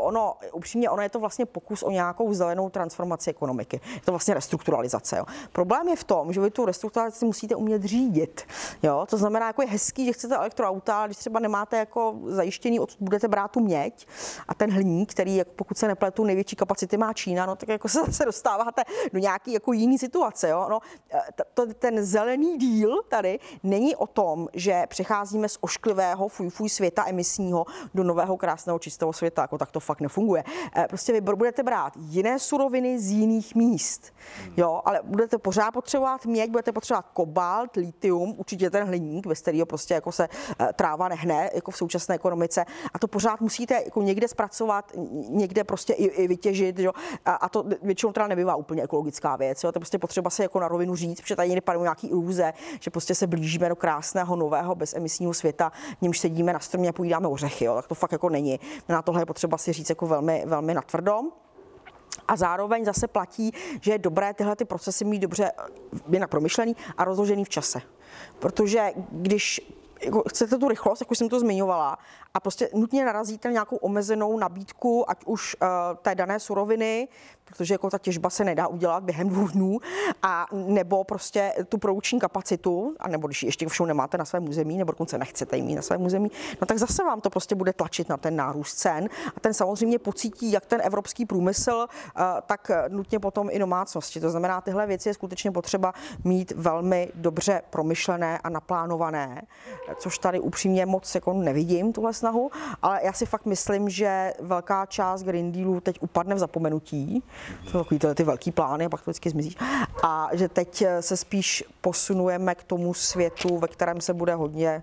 upřímně, ono je to vlastně pokus o nějakou zelenou transformaci ekonomiky. Je to vlastně restrukturalizace. Jo. Problém je v tom, že vy tu restrukturalizaci musíte umět řídit. Jo. To znamená, jako je hezký, že chcete elektroauta, ale když třeba nemáte jako zajištěný, odkud budete brát tu měď a ten hliník, který, jako pokud se nepletu, největší kapacity má Čína, no tak jako se dostáváte do nějaký jako jiný situace. Jo. No, ten zelený díl tady není o tom, že přecházíme z ošklivého fuj světa emisního do nového krásného čistého světa, jako tak to fakt nefunguje. Prostě vy budete brát jiné suroviny z jiných míst, jo, ale budete pořád potřebovat měď, budete potřebovat kobalt, litium, určitě ten hliník, bez kterého prostě jako se tráva nehne, jako v současné ekonomice, a to pořád musíte jako někde zpracovat, někde prostě i vytěžit, jo, a to většinou teda nebývá úplně ekologická věc, jo, to prostě potřeba se jako na rovinu říct, protože tady někde panují nějaký iluze, že prostě se blížíme do krásného nového bezemisního světa, v němž sedíme na stromě a pojídáme ořechy, jo, tak to fakt jako není. Na tohle je potřeba si říct jako velmi, velmi natvrdo. A zároveň zase platí, že je dobré tyhle ty procesy mít dobře jinak promyšlený a rozložený v čase. Protože když jako chcete tu rychlost, jak už jsem to zmiňovala, a prostě nutně narazíte na nějakou omezenou nabídku, ať už té dané suroviny, protože jako ta těžba se nedá udělat během 2 dnů, a nebo prostě tu produkční kapacitu, a nebo když ji ještě všeho nemáte na svém území, nebo dokonce nechcete ji mít na svém území, no tak zase vám to prostě bude tlačit na ten nárůst cen a ten samozřejmě pocítí jak ten evropský průmysl, tak nutně potom i domácnosti. To znamená, tyhle věci je skutečně potřeba mít velmi dobře promyšlené a naplánované, což tady upřímně moc jako nevidím, tuhle snahu, ale já si fakt myslím, že velká část Green Dealu teď upadne v zapomenutí. Jsou takový ty velký plány a pak to vždycky zmizí. A že teď se spíš posunujeme k tomu světu, ve kterém se bude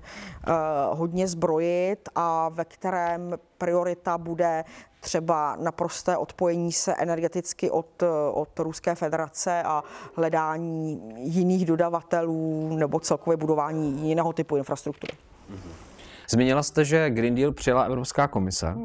hodně zbrojit a ve kterém priorita bude třeba naprosté odpojení se energeticky od Ruské federace a hledání jiných dodavatelů nebo celkově budování jiného typu infrastruktury. Zmínila jste, že Green Deal přijala Evropská komise.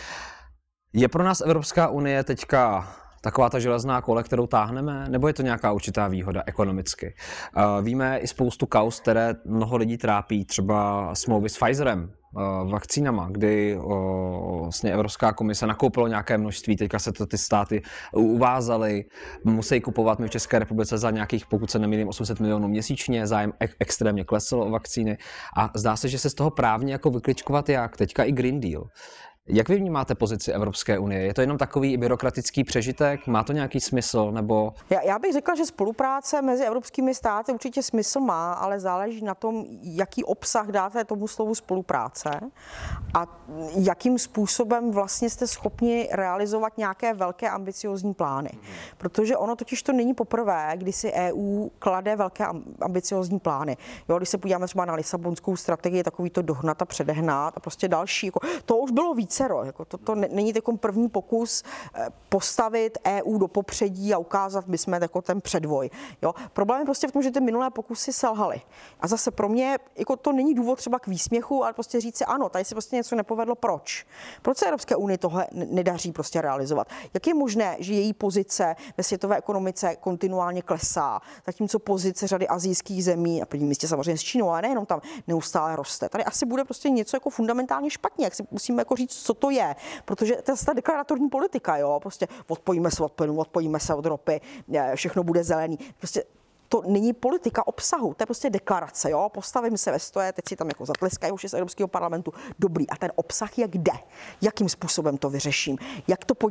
Je pro nás Evropská unie teďka taková ta železná kole, kterou táhneme, nebo je to nějaká určitá výhoda ekonomicky? Víme i spoustu kauz, které mnoho lidí trápí, třeba smlouvy s Pfizerem, vakcínama, kdy vlastně Evropská komise nakoupila nějaké množství, teďka se to ty státy uvázaly, musí kupovat, my v České republice za nějakých, pokud se nemýlím, 800 milionů měsíčně, zájem extrémně klesl o vakcíny a zdá se, že se z toho právně jako vykličkovat jak, teďka i Green Deal. Jak vy vnímáte pozici Evropské unie? Je to jenom takový byrokratický přežitek? Má to nějaký smysl? Nebo... Já bych řekla, že spolupráce mezi evropskými státy určitě smysl má, ale záleží na tom, jaký obsah dáte tomu slovu spolupráce a jakým způsobem vlastně jste schopni realizovat nějaké velké ambiciozní plány. Protože ono totiž to není poprvé, kdy si EU klade velké ambiciozní plány. Jo, když se podíváme třeba na Lisabonskou strategii, takový to dohnat a předehnat a prostě další. Jako, to už bylo víc. Jako to není takový první pokus postavit EU do popředí a ukázat, my jsme jako ten předvoj. Jo? Problém je prostě v tom, že ty minulé pokusy selhaly. A zase pro mě jako to není důvod třeba k výsměchu, ale prostě říct si ano, tady se prostě něco nepovedlo. Proč? Proč se Evropské unii tohle nedaří prostě realizovat? Jak je možné, že její pozice ve světové ekonomice kontinuálně klesá, zatímco pozice řady asijských zemí, a prvním místě samozřejmě s Čínou, ale nejenom tam, neustále roste. Tady asi bude prostě něco jako fundamentálně špatně, jak si musíme jako říct, co to je, protože to je ta deklaratorní politika, jo, prostě odpojíme se od plynu, odpojíme se od ropy, všechno bude zelený. Prostě to není politika obsahu, to je prostě deklarace, jo, postavím se ve stoje, teď si tam jako zatleskají už z Evropského parlamentu, dobrý, a ten obsah je kde? Jakým způsobem to vyřeším? Jak to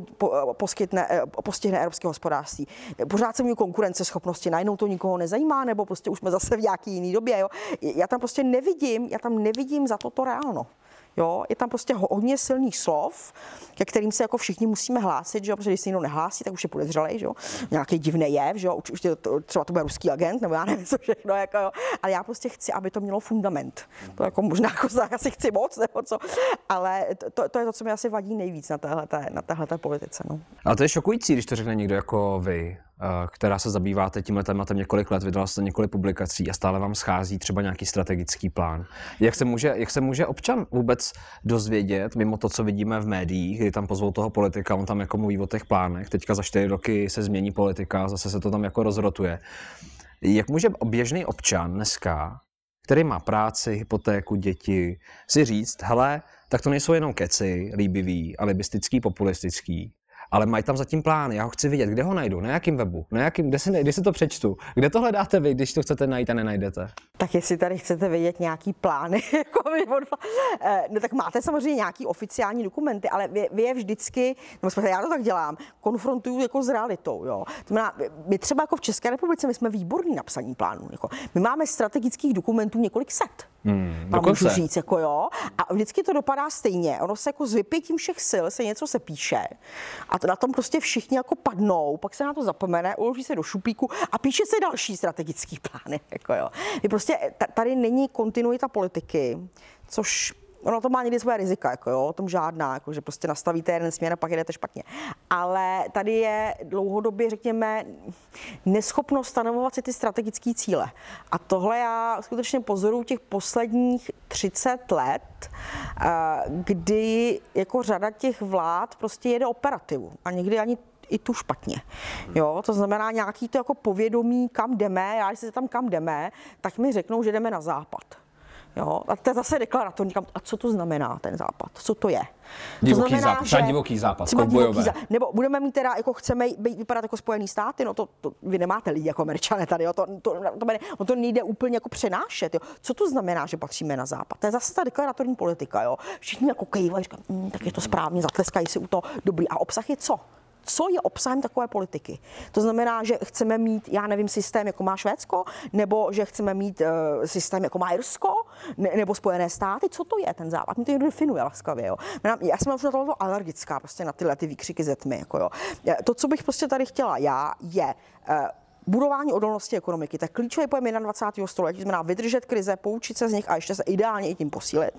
postihne evropské hospodářství? Pořád se mluví konkurenceschopnosti, najednou to nikoho nezajímá, nebo prostě už jsme zase v nějaký jiný době, jo? Já tam prostě nevidím za to reálno. Jo, je tam prostě hodně silných slov, ke kterým se jako všichni musíme hlásit, že jo, protože když se někdo nehlásí, tak už je podezřelej, že jo, nějaký divný jev, že jo, už třeba to bude ruský agent, nebo já nevím co všechno, jako jo, ale já prostě chci, aby to mělo fundament. To jako možná jako asi chci moc, nebo co, ale to je to, co mi asi vadí nejvíc na téhleté politice, no. Ale to je šokující, když to řekne někdo jako vy, která se zabýváte tímhle tématem několik let, vydala jste několik publikací a stále vám schází třeba nějaký strategický plán. Jak se může občan vůbec dozvědět, mimo to, co vidíme v médiích, kdy tam pozvou toho politika, on tam jako mluví o těch plánech, teďka za 4 roky se změní politika, zase se to tam jako rozrotuje. Jak může běžný občan dneska, který má práci, hypotéku, děti, si říct, hele, tak to nejsou jenom keci, líbivý, alibistický, populistický, ale mají tam zatím plány. Já ho chci vidět, kde ho najdu, na jakém webu, kde si to přečtu, kde to hledáte vy, když to chcete najít a nenajdete. Tak jestli tady chcete vidět nějaký plány, no tak máte samozřejmě nějaký oficiální dokumenty, ale vy je vždycky, nebo já to tak dělám, konfrontuju jako s realitou. Jo. To znamená, my třeba jako v České republice, my jsme výborní na psaní plánů. Jako. My máme strategických dokumentů několik set. Můžu říct, jako jo. A vždycky to dopadá stejně. Ono se jako s vypětím všech sil se něco se píše a to na tom prostě všichni jako padnou, pak se na to zapomene, uloží se do šuplíku a píše se další strategický plány. Jako jo. Prostě tady není kontinuita politiky, což ono to má někdy svoje rizika, jako jo, o tom žádná, jako že prostě nastavíte jeden směr a pak jedete špatně. Ale tady je dlouhodobě, řekněme, neschopnost stanovovat si ty strategické cíle. A tohle já skutečně pozoruju těch posledních 30 let, kdy jako řada těch vlád prostě jede operativu a někdy ani i tu špatně. Jo, to znamená nějaký to jako povědomí, kam jdeme, já když se tam kam jdeme, tak mi řeknou, že jdeme na západ. Jo, a to je zase deklaratorní. A co to znamená ten západ? Co to je? Divoký západ, třeba divoký západ, kovbojové. Nebo budeme mít teda, jako chceme vypadat jako Spojený státy, no to vy nemáte lidi jako Američané tady, jo, to nejde úplně jako přenášet. Jo. Co to znamená, že patříme na západ? To je zase ta deklaratorní politika. Jo. Všichni jako kejvají, říkají, tak je to správně, zatleskají si u toho dobrý. A obsah je co? Co je obsahem takové politiky? To znamená, že chceme mít, já nevím, systém, jako má Švédsko, nebo že chceme mít systém, jako má Irsko, nebo Spojené státy. Co to je ten západ? Mě to někdo definuje laskavě. Jo. Já jsem už na to alergická, prostě na tyhle ty výkřiky ze tmy. Jako jo. To, co bych prostě tady chtěla já, je budování odolnosti ekonomiky. To je klíčový pojem 21. století, znamená vydržet krize, poučit se z nich a ještě se ideálně i tím posílit.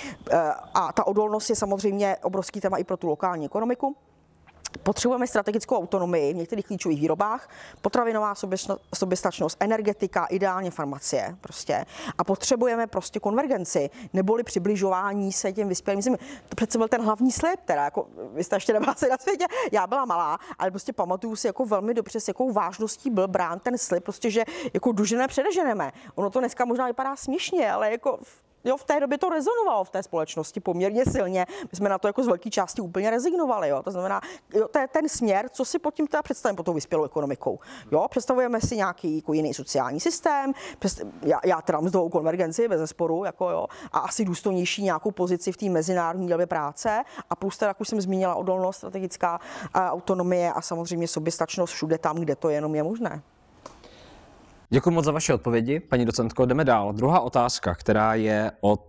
A ta odolnost je samozřejmě obrovský téma i pro tu lokální ekonomiku. Potřebujeme strategickou autonomii v některých klíčových výrobách, potravinová soběstačnost, energetika, ideálně farmacie prostě. A potřebujeme prostě konvergenci, neboli přibližování se těm vyspělým zemím. To přece byl ten hlavní slib, teda jako vy jste ještě nebyla na světě, já byla malá, ale prostě pamatuju si jako velmi dobře, s jakou vážností byl brán ten slib, prostě že jako dužené předeženeme. Ono to dneska možná vypadá směšně, ale jako jo, v té době to rezonovalo v té společnosti poměrně silně. My jsme na to jako z velké části úplně rezignovali. Jo. To znamená, jo, ten směr, co si pod tím teda představíme pod tou vyspělou ekonomikou. Jo, představujeme si nějaký jako jiný sociální systém, já teda mzdovou konvergenci bez zesporu, jako jo, a asi důstojnější nějakou pozici v té mezinárodní dělbě práce a plus teda, jak už jsem zmínila, odolnost, strategická autonomie a samozřejmě soběstačnost všude tam, kde to jenom je možné. Děkuji moc za vaše odpovědi, paní docentko. Jdeme dál. Druhá otázka, která je od...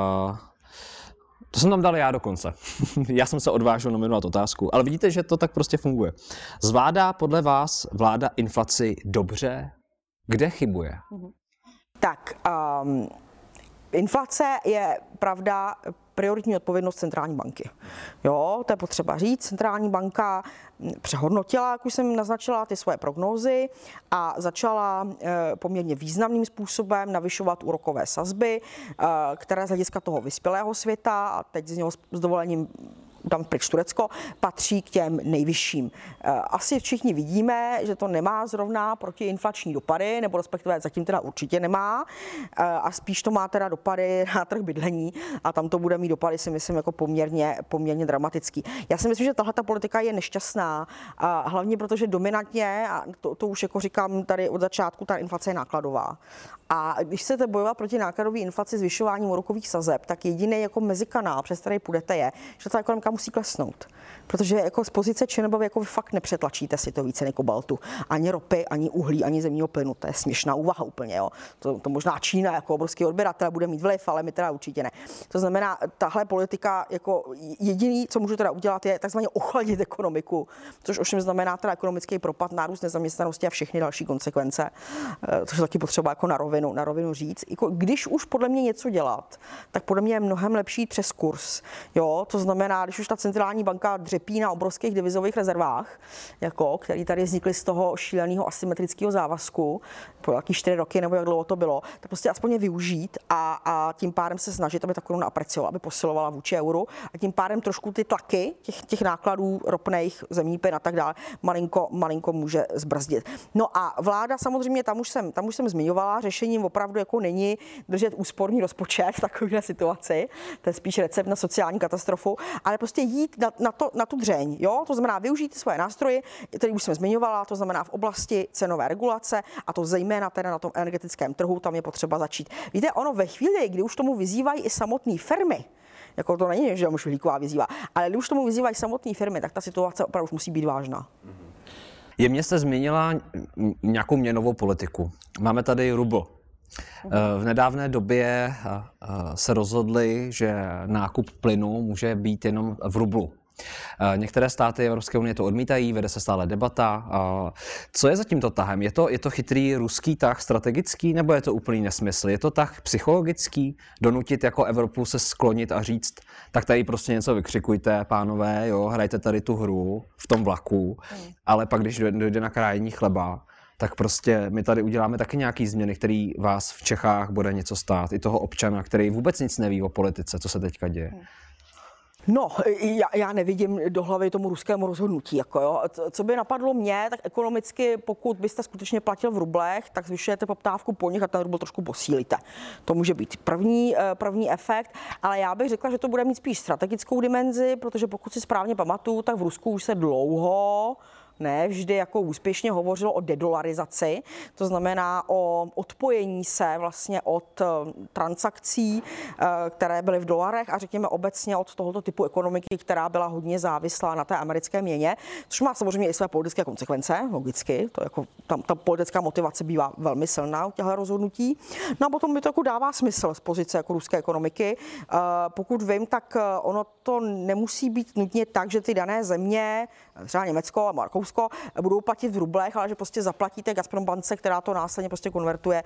To jsem tam dal já dokonce. Já jsem se odvážil nominovat otázku, ale vidíte, že to tak prostě funguje. Zvládá podle vás vláda inflaci dobře? Kde chybuje? Tak, inflace je, pravda, prioritní odpovědnost centrální banky. Jo, to je potřeba říct. Centrální banka přehodnotila, jak už jsem naznačila, ty svoje prognózy a začala poměrně významným způsobem navyšovat úrokové sazby, které z hlediska toho vyspělého světa, a teď z něho s dovolením tam pryč Turecko, patří k těm nejvyšším. Asi všichni vidíme, že to nemá zrovna protiinflační dopady, nebo respektive zatím teda určitě nemá, a spíš to má teda dopady na trh bydlení a tam to bude mít dopady, si myslím, jako poměrně dramatický. Já si myslím, že tahle ta politika je nešťastná, a hlavně protože dominantně, a to už jako říkám tady od začátku, ta inflace je nákladová. A když chcete bojovat proti nákladové inflaci zvyšováním úrokových sazeb, tak jediný jako mezikanál, přes který půjdete, je, že ta ekonomika musí klesnout. Protože jako z pozice ČNB jako vy fakt nepřetlačíte světové ceny kobaltu, ani ropy, ani uhlí, ani zemního plynu. To je směšná úvaha úplně. Jo. To možná Čína jako obrovský odběratel bude mít vliv, ale my teda určitě ne. To znamená, tahle politika jako jediný, co můžu teda udělat, je takzvaně ochladit ekonomiku, což ovšem znamená teda ekonomický propad, nárůst nezaměstnanosti a všechny další konsekvence. Což je taky potřeba jako na rovinu říct. Jako, když už podle mě něco dělat, tak podle mě je mnohem lepší přes kurz. Jo, to znamená, když už že ta centrální banka dřepí na obrovských devizových rezervách, jako, který tady vznikly z toho šíleného asymetrického závazku po nějaký 4 roky nebo jak dlouho to bylo, tak prostě aspoň je využít a tím pádem se snažit, aby ta koruna apreciovala, aby posilovala vůči euru a tím pádem trošku ty tlaky těch nákladů ropných, zemní plyn a tak dále malinko může zbrzdit. No a vláda samozřejmě, tam už jsem zmiňovala, řešením opravdu jako není držet úsporný rozpočet v takovéhle situaci, to je spíš recept na sociální katastrofu, ale prostě jít na tu dřeň, jo? To znamená využít svoje nástroje, které už jsem zmiňovala, to znamená v oblasti cenové regulace a to zejména teda na tom energetickém trhu, tam je potřeba začít. Víte, ono ve chvíli, kdy už tomu vyzývají i samotné firmy, jako to není, že Švihlíková vyzývá, ale když už tomu vyzývají samotné firmy, tak ta situace opravdu už musí být vážná. Jemně jste zmínila nějakou měnovou politiku. Máme tady rubl. V nedávné době se rozhodli, že nákup plynu může být jenom v rublu. Některé státy Evropské unie to odmítají, vede se stále debata. Co je za tímto tahem? Je to chytrý ruský tah strategický, nebo je to úplný nesmysl? Je to tah psychologický? Donutit jako Evropu se sklonit a říct, tak tady prostě něco vykřikujte, pánové, jo, hrajte tady tu hru v tom vlaku, ale pak, když dojde na krájení chleba, tak prostě my tady uděláme taky nějaký změny, který vás v Čechách bude něco stát. I toho občana, který vůbec nic neví o politice, co se teďka děje. No, já nevidím do hlavy tomu ruskému rozhodnutí. Jako jo. Co by napadlo mě, tak ekonomicky, pokud byste skutečně platil v rublech, tak zvyšujete poptávku po nich a ten rubl trošku posílíte. To může být první efekt, ale já bych řekla, že to bude mít spíš strategickou dimenzi, protože pokud si správně pamatuju, tak v Rusku už se dlouho ne vždy jako úspěšně hovořilo o dedolarizaci, to znamená o odpojení se vlastně od transakcí, které byly v dolarech a řekněme obecně od tohoto typu ekonomiky, která byla hodně závislá na té americké měně, což má samozřejmě i své politické konsekvence, logicky, to jako tam ta politická motivace bývá velmi silná u těchto rozhodnutí. No a potom mi to jako dává smysl z pozice jako ruské ekonomiky. Pokud vím, tak ono to nemusí být nutně tak, že ty dané země, třeba Německo a Rakousko, budou platit v rublech, ale že prostě zaplatíte Gazprombance, která to následně prostě konvertuje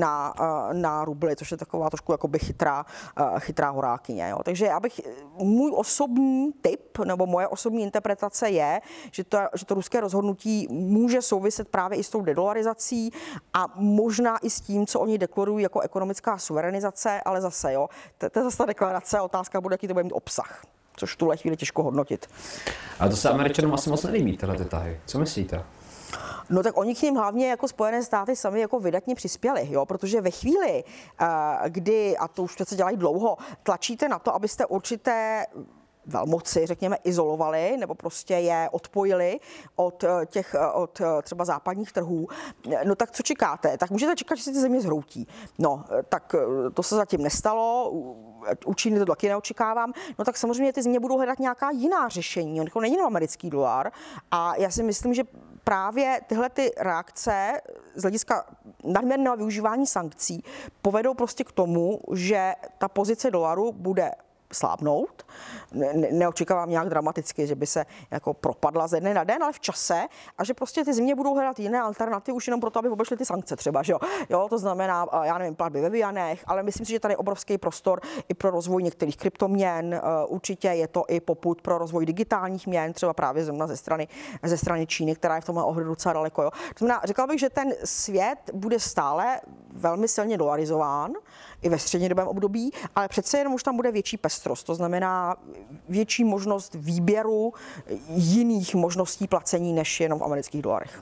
na rubly, což je taková trošku jakoby chytrá horákyně. Jo. Takže můj osobní tip nebo moje osobní interpretace je, že to ruské rozhodnutí může souviset právě i s tou dedolarizací a možná i s tím, co oni deklarují jako ekonomická suverenizace, ale zase, jo, to je zase ta deklarace, otázka bude, jaký to bude mít obsah. Což v tuhle chvíli těžko hodnotit. Ale to se Američanům asi moc nelíbí, tyhle ty tahy. Co myslíte? No tak oni k ním hlavně jako Spojené státy sami jako vydatně přispěli, jo, protože ve chvíli, kdy, a to už přece dělají dlouho, tlačíte na to, abyste určité velmoci, řekněme, izolovali nebo prostě je odpojili od třeba západních trhů. No tak co čekáte? Tak můžete čekat, že se ty země zhroutí. No, tak to se zatím nestalo, u Číny to taky neočekávám. No tak samozřejmě ty země budou hledat nějaká jiná řešení. On není jenom americký dolar a já si myslím, že právě tyhle ty reakce z hlediska nadměrného využívání sankcí povedou prostě k tomu, že ta pozice dolaru bude slábnout. Neočekávám nějak dramaticky, že by se jako propadla ze dne na den, ale v čase a že prostě ty země budou hledat jiné alternativy už jenom proto, aby obešly ty sankce třeba, že jo, to znamená, já nevím, platby ve vianech, ale myslím si, že tady je obrovský prostor i pro rozvoj některých kryptoměn, určitě je to i popud pro rozvoj digitálních měn, třeba právě zrovna ze strany Číny, která je v tomhle ohledu docela daleko, jo. To znamená, řekla bych, že ten svět bude stále velmi silně dolarizován i ve střednědobém období, ale přece jenom už tam bude větší pestrost, to znamená větší možnost výběru jiných možností placení než jenom v amerických dolarech.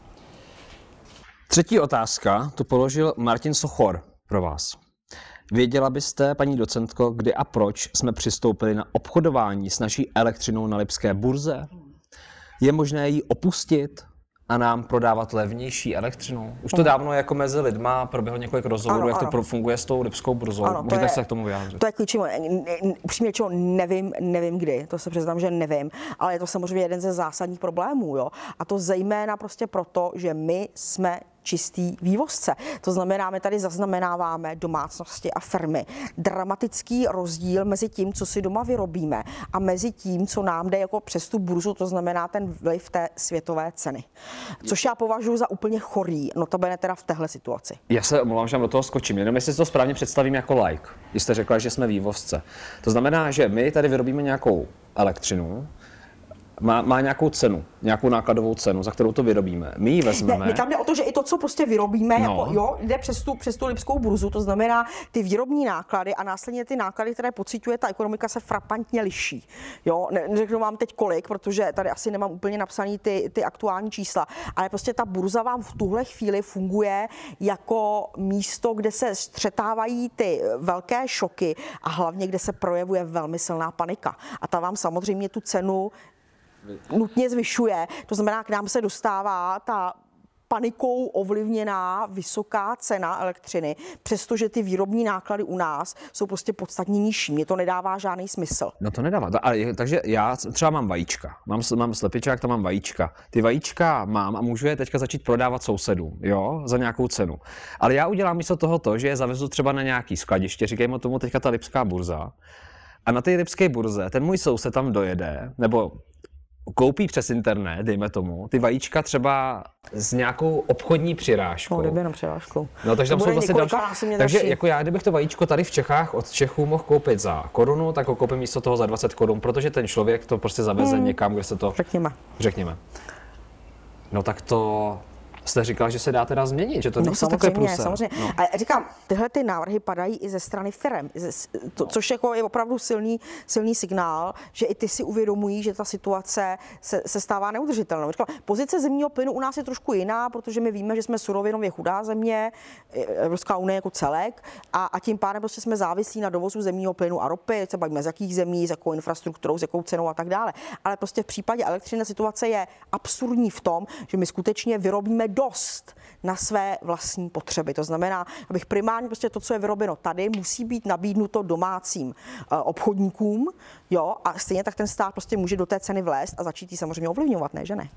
Třetí otázka tu položil Martin Sochor pro vás. Věděla byste, paní docentko, kdy a proč jsme přistoupili na obchodování s naší elektřinou na lipské burze? Je možné ji opustit a nám prodávat levnější elektřinu? Už to dávno jako mezi lidma proběhlo několik rozhovorů, jak to funguje s tou lipskou burzou. Můžete se k tomu vyjádřit? To je klíčové. Upřímně čeho nevím kdy, to se přiznám, že nevím, ale je to samozřejmě jeden ze zásadních problémů. Jo? A to zejména prostě proto, že my jsme čistý vývozce. To znamená, my tady zaznamenáváme domácnosti a firmy. Dramatický rozdíl mezi tím, co si doma vyrobíme a mezi tím, co nám jde jako přes tu burzu, to znamená ten vliv té světové ceny. Což já považuji za úplně chorý, notabene teda v téhle situaci. Já se omlouvám, že do toho skočím, jenom jestli si to správně představím jako laik. Jste řekla, že jsme vývozce. To znamená, že my tady vyrobíme nějakou elektřinu, má nějakou cenu, nějakou nákladovou cenu, za kterou to vyrobíme. My ji vezmeme. Ne, tam jde o to, že i to, co prostě vyrobíme, jako, jde přes tu lipskou burzu, to znamená ty výrobní náklady a následně ty náklady, které pociťuje ta ekonomika, se frapantně liší. Jo, neřeknu vám teď kolik, protože tady asi nemám úplně napsaný ty aktuální čísla, ale prostě ta burza vám v tuhle chvíli funguje jako místo, kde se střetávají ty velké šoky a hlavně, kde se projevuje velmi silná panika. A ta vám samozřejmě tu cenu nutně zvyšuje. To znamená, k nám se dostává ta panikou ovlivněná vysoká cena elektřiny, přestože ty výrobní náklady u nás jsou prostě podstatně nižší. Mně to nedává žádný smysl. No to nedává. Takže já třeba mám vajíčka. Mám slepičák, tam mám vajíčka. Ty vajíčka mám a můžu je teďka začít prodávat sousedům, jo, za nějakou cenu. Ale já udělám místo toho to, že je zavezu třeba na nějaký skladiště, říkejme tomu teďka ta lipská burza. A na té lipské burze ten můj soused tam dojede, nebo koupí přes internet, dejme tomu, ty vajíčka třeba s nějakou obchodní přirážkou. No, jenom přirážkou. No, takže tam jsou vlastně další. Takže jako já, kdybych to vajíčko tady v Čechách od Čechů mohl koupit za korunu, tak ho koupím místo toho za 20 korun, protože ten člověk to prostě zaveze někam, kde se to... Řekněme. No tak to... Jste říkal, že se dá teda změnit, že to není takové průser. Samozřejmě. No. A říkám, tyhle ty návrhy padají i ze strany firem, což jako je opravdu silný signál, že i ty si uvědomují, že ta situace se stává neudržitelnou. Říkám, pozice zemního plynu u nás je trošku jiná, protože my víme, že jsme surovinově chudá země, Evropská unie jako celek, a tím pádem prostě jsme závislí na dovozu zemního plynu a ropy, se bavíme z jakých zemí, s jakou infrastrukturou, s jakou cenou a tak dále. Ale prostě v případě elektřiny situace je absurdní v tom, že my skutečně vyrobíme dost na své vlastní potřeby. To znamená, abych primárně prostě to, co je vyrobeno tady, musí být nabídnuto domácím obchodníkům, jo, a stejně tak ten stát prostě může do té ceny vlézt a začít ji samozřejmě ovlivňovat, ne, že ne?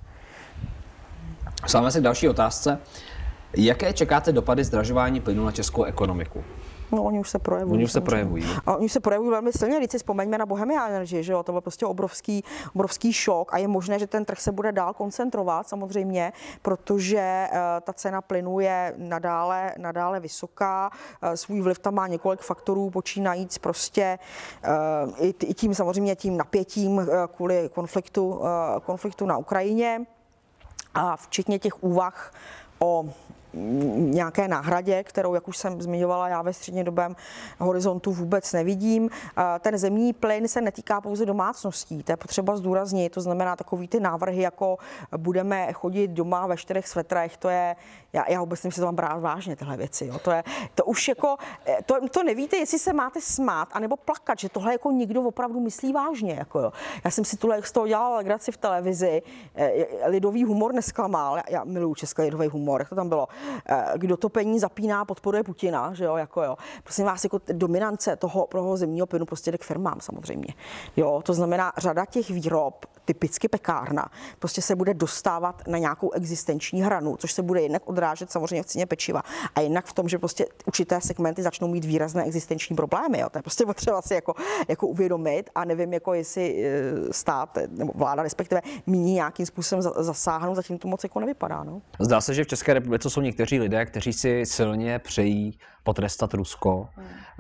Sáme se k další otázce. Jaké čekáte dopady zdražování plynu na českou ekonomiku? No, oni už se projevují. Oni už se projevují velmi silně. Když si vzpomeňme na Bohemia Energy, že jo, to byl prostě obrovský šok a je možné, že ten trh se bude dál koncentrovat samozřejmě, protože ta cena plynu je nadále vysoká. Svůj vliv tam má několik faktorů, počínajíc prostě i tím samozřejmě tím napětím kvůli konfliktu na Ukrajině a včetně těch úvah o nějaké náhradě, kterou, jak už jsem zmiňovala, já ve střednědobém horizontu vůbec nevidím. Ten zemní plyn se netýká pouze domácností, to je potřeba zdůraznit, to znamená takový ty návrhy, jako budeme chodit doma ve 4 svetrech, to je, já vůbec nevím, že to mám brát vážně, tyhle věci, jo. To už jako, to nevíte, jestli se máte smát, anebo plakat, že tohle jako nikdo opravdu myslí vážně, jako jo. Já jsem si z toho dělala legraci v televizi, lidový humor nesklamal, já miluju český lidový humor, jak to tam bylo. Kdo to pení zapíná, podporuje Putina, že jo, jako jo. Prosím vás, jako dominance toho zemního plynu prostě jde k firmám samozřejmě. Jo, to znamená, řada těch výrob, typicky pekárna, prostě se bude dostávat na nějakou existenční hranu, což se bude jednak odrážet samozřejmě v ceně pečiva a jednak v tom, že prostě určité segmenty začnou mít výrazné existenční problémy, jo. To je prostě potřeba si jako uvědomit a nevím, jako jestli stát nebo vláda respektive míní nějakým způsobem zasáhnout, zatím to moc jako nevypadá, no. Zdá se, že v České republice jsou někteří lidé, kteří si silně přejí potrestat Rusko,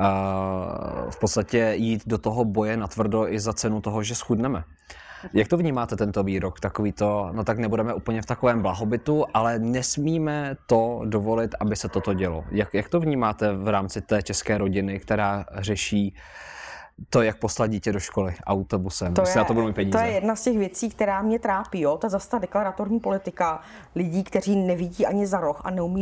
v podstatě jít do toho boje natvrdo i za cenu toho, že schudneme. Jak to vnímáte, tento výrok? Takový to, no tak nebudeme úplně v takovém blahobytu, ale nesmíme to dovolit, aby se toto dělo. Jak to vnímáte v rámci té české rodiny, která řeší to, jak poslat dítě do školy autobusem, jestli na to budou mít peníze? To je jedna z těch věcí, která mě trápí. Jo? Ta zase ta deklaratorní politika lidí, kteří nevidí ani za roh a neumí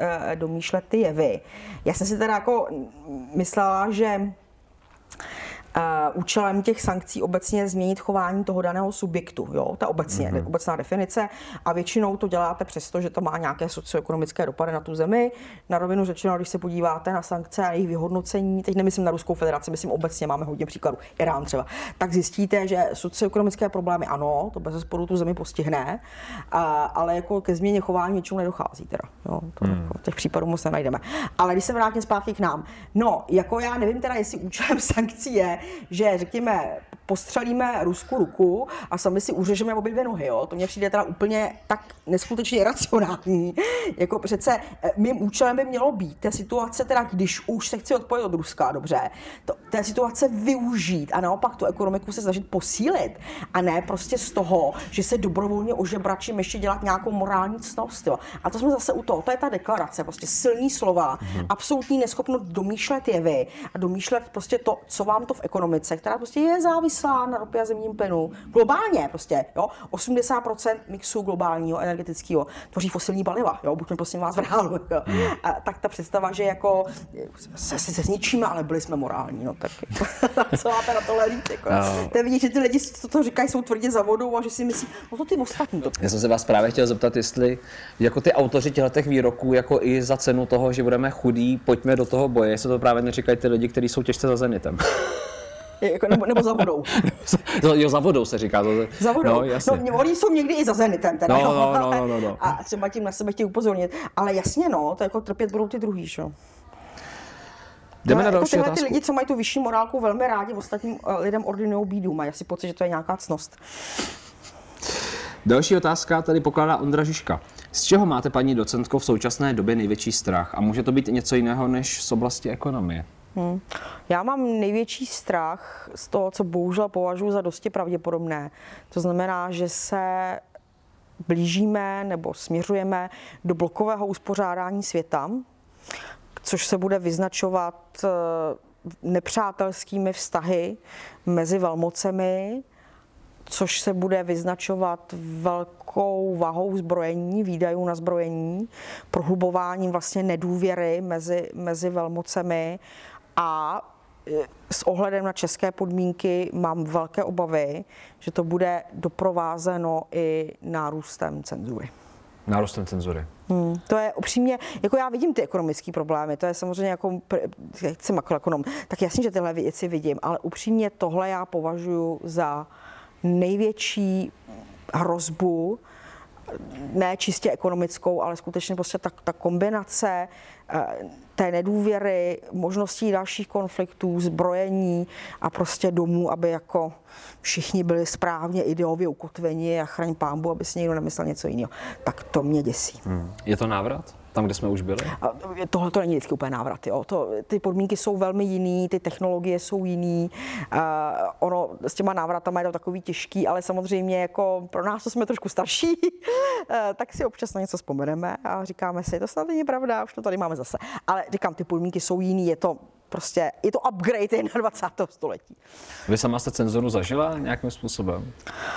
domýšlet ty jevy. Já jsem si teda jako myslela, že Účelem těch sankcí obecně je změnit chování toho daného subjektu, jo, ta obecná definice a většinou to děláte přesto, že to má nějaké socioekonomické dopady na tu zemi. Na rovinu řečeno, když se podíváte na sankce a jejich vyhodnocení, teď nemyslím na Ruskou federaci, myslím obecně, máme hodně příkladů, Irán třeba, tak zjistíte, že socioekonomické problémy ano, to bezesporu tu zemi postihne, ale jako ke změně chování většinou nedochází teda, jo, to jako, těch případů moc nenajdeme. Ale když se vrátím zpátky k nám, no, jako já nevím teda, jestli účelem sankcí je, že řekněme, postřelíme Rusku ruku a sami si uřežeme obě dvě nohy, jo? To mně přijde teda úplně tak neskutečně racionální. Jako přece mým účelem by mělo být té situace, teda když už se chci odpojit od Ruska, dobře, té situace využít a naopak tu ekonomiku se snažit posílit a ne prostě z toho, že se dobrovolně ožebračím ještě dělat nějakou morální ctnost, jo? A to jsme zase u toho, to je ta deklarace, prostě silný slova, absolutní neschopnost domýšlet jevy a domýšlet prostě to, co vám to v ekonomice, která prostě je závislá na ropě a zemním plynu. Globálně prostě, jo, 80% mixu globálního energetického tvoří fosilní paliva, jo, buďme prosím vás v reálu. Tak ta představa, že jako se zničíme, ale byli jsme morální, no tak co máte na tohle říct, jako. To vidíš, že ty lidi, co to říkají, jsou tvrdě za vodou a že si myslí, no to ty ostatní to. Já jsem se vás právě chtěl zeptat, jestli jako ty autoři těchto výroků, jako i za cenu toho, že budeme chudí, pojďme do toho boje, jestli to právě neříkají ty lidi, kteří jsou těžce za zenitem. Jako, nebo za vodou. Jo, za vodou se říká. Za vodou. No, jasně. No, oni jsou někdy i za zenitem. Teda, no. A třeba tím na sebe chtějí upozornit. Ale jasně, no, to jako trpět budou ty druhý, že? Jdeme na další otázku. Ty lidi, co mají tu vyšší morálku, velmi rádi ostatním lidem ordinují bídu. Mají asi pocit, že to je nějaká ctnost. Další otázka tady pokládá Ondra Žižka. Z čeho máte, paní docentko, v současné době největší strach? A může to být něco jiného než z oblasti ekonomie? Já mám největší strach z toho, co bohužel považuji za dosti pravděpodobné. To znamená, že se blížíme nebo směřujeme do blokového uspořádání světa, což se bude vyznačovat nepřátelskými vztahy mezi velmocemi, což se bude vyznačovat velkou vahou zbrojení, výdajů na zbrojení, prohlubováním vlastně nedůvěry mezi velmocemi a s ohledem na české podmínky mám velké obavy, že to bude doprovázeno i nárůstem cenzury. Nárůstem cenzury. To je upřímně, jako já vidím ty ekonomické problémy, to je samozřejmě jako, jsem makroekonom, tak jasně, že tyhle věci vidím, ale upřímně tohle já považuji za největší hrozbu, ne čistě ekonomickou, ale skutečně prostě ta kombinace té nedůvěry, možností dalších konfliktů, zbrojení a prostě domů, aby jako všichni byli správně ideově ukotveni a chraň pánbu, aby si někdo nemyslel něco jiného. Tak to mě děsí. Je to návrat? Tam, kde jsme už byli? Tohle to není vždycky úplně návrat. Jo. Ty podmínky jsou velmi jiný, ty technologie jsou jiný. Ono s těma návratama je to takový těžký, ale samozřejmě jako pro nás, to jsme trošku starší, tak si občas na něco vzpomeneme a říkáme si, to snad není pravda, už to tady máme zase. Ale říkám, ty podmínky jsou jiný, je to upgrade na 20. století. Vy sama jste cenzuru zažila nějakým způsobem?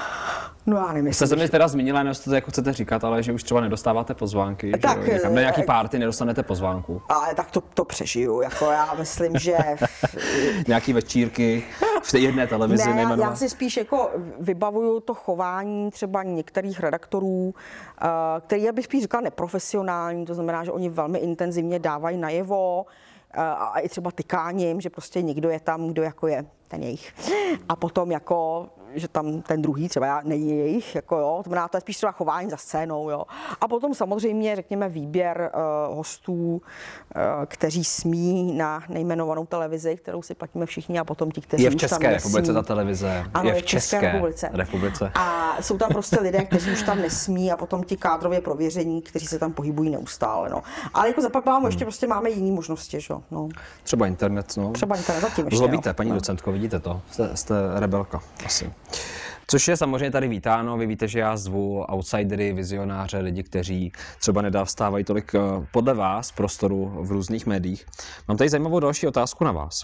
No já nevím. Jste se mi teda zmínila, nevím, to jako chcete říkat, ale že už třeba nedostáváte pozvánky, tak, že na nějaký party nedostanete pozvánku. Ale tak to přežiju, jako já myslím, že... Nějaký večírky v té jedné televizi nejmenovat. Já si spíš jako vybavuju to chování třeba některých redaktorů, který já bych spíš říkala neprofesionální, to znamená, že oni velmi intenzivně dávají najevo, a i třeba tykáním, že prostě někdo je tam, kdo jako je ten jejich. A potom jako, že tam ten druhý třeba není jejich, jako jo, to znamená, to je spíš třeba chování za scénou, jo. A potom samozřejmě, řekněme, výběr hostů, kteří smí na nejmenovanou televizi, kterou si platíme všichni, a potom ti, kteří je v už tam České republice ta televize. Ano, je v České republice. A jsou tam prostě lidé, kteří už tam nesmí, a potom ti kádrově prověření, kteří se tam pohybují neustále, no. Ale jako zapak ještě prostě máme jiné možnosti, že jo. No. Třeba internet, no. Třeba internet zatím ještě. Zlobíte, paní docentko, vidíte to? Jste rebelka, asi. Což je samozřejmě tady vítáno. Vy víte, že já zvu outsidery, vizionáře, lidi, kteří třeba nedostávají tolik podle vás prostoru v různých médiích. Mám tady zajímavou další otázku na vás.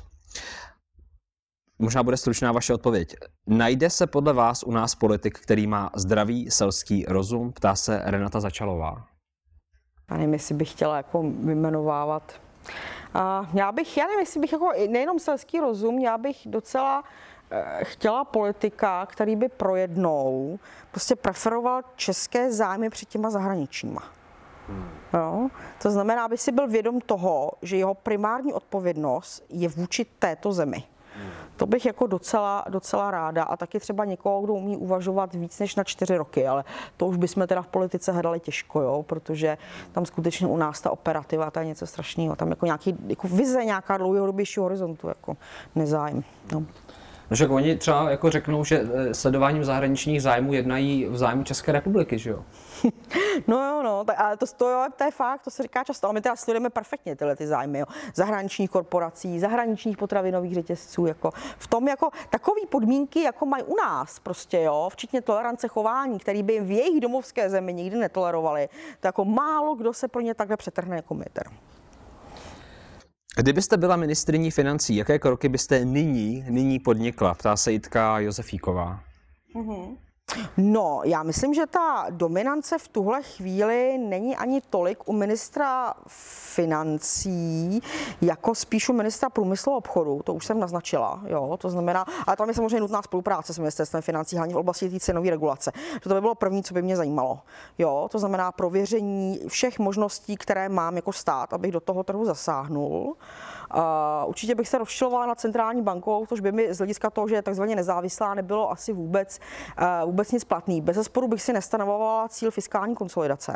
Možná bude stručná vaše odpověď. Najde se podle vás u nás politik, který má zdravý selský rozum? Ptá se Renata Začalová. Já nevím, jestli bych chtěla jako vyjmenovávat Já nevím, jestli bych jako nejenom selský rozum, já bych docela chtěla politika, který by pro jednou prostě preferoval české zájmy před těma zahraničníma. Jo? To znamená, aby si byl vědom toho, že jeho primární odpovědnost je vůči této zemi. To bych jako docela ráda a taky třeba někoho, kdo umí uvažovat víc než na 4 roky, ale to už bychom teda v politice hledali těžko, jo? Protože tam skutečně u nás ta operativa, to je něco strašného, tam jako nějaký jako vize, nějaká dlouhodobějšího horizontu, jako nezájem. No. No však oni třeba jako řeknou, že sledováním zahraničních zájmů jednají v zájmu České republiky, že jo? No, ale to je fakt, to se říká často, ale my teda sledujeme perfektně tyhle ty zájmy, jo. Zahraničních korporací, zahraničních potravinových řetězců, jako v tom jako takový podmínky, jako mají u nás prostě, jo, včetně tolerance chování, který by v jejich domovské zemi nikdy netolerovali, to jako málo kdo se pro ně takhle přetrhne jako my teda. Kdybyste byla ministryní financí, jaké kroky byste nyní podnikla? Ptá se Jitka Josefíková. No, já myslím, že ta dominance v tuhle chvíli není ani tolik u ministra financí, jako spíš u ministra průmyslu a obchodu, to už jsem naznačila, jo, to znamená, ale tam je samozřejmě nutná spolupráce s ministerstvem financí, hlavně v oblasti té cenové regulace. To by bylo první, co by mě zajímalo, jo, to znamená prověření všech možností, které mám jako stát, abych do toho trhu zasáhnul. Určitě bych se rozčilovala nad centrální bankou, což by mi z hlediska toho, že je takzvaně nezávislá, nebylo asi vůbec nic platný. Bezesporu bych si nestanovovala cíl fiskální konsolidace.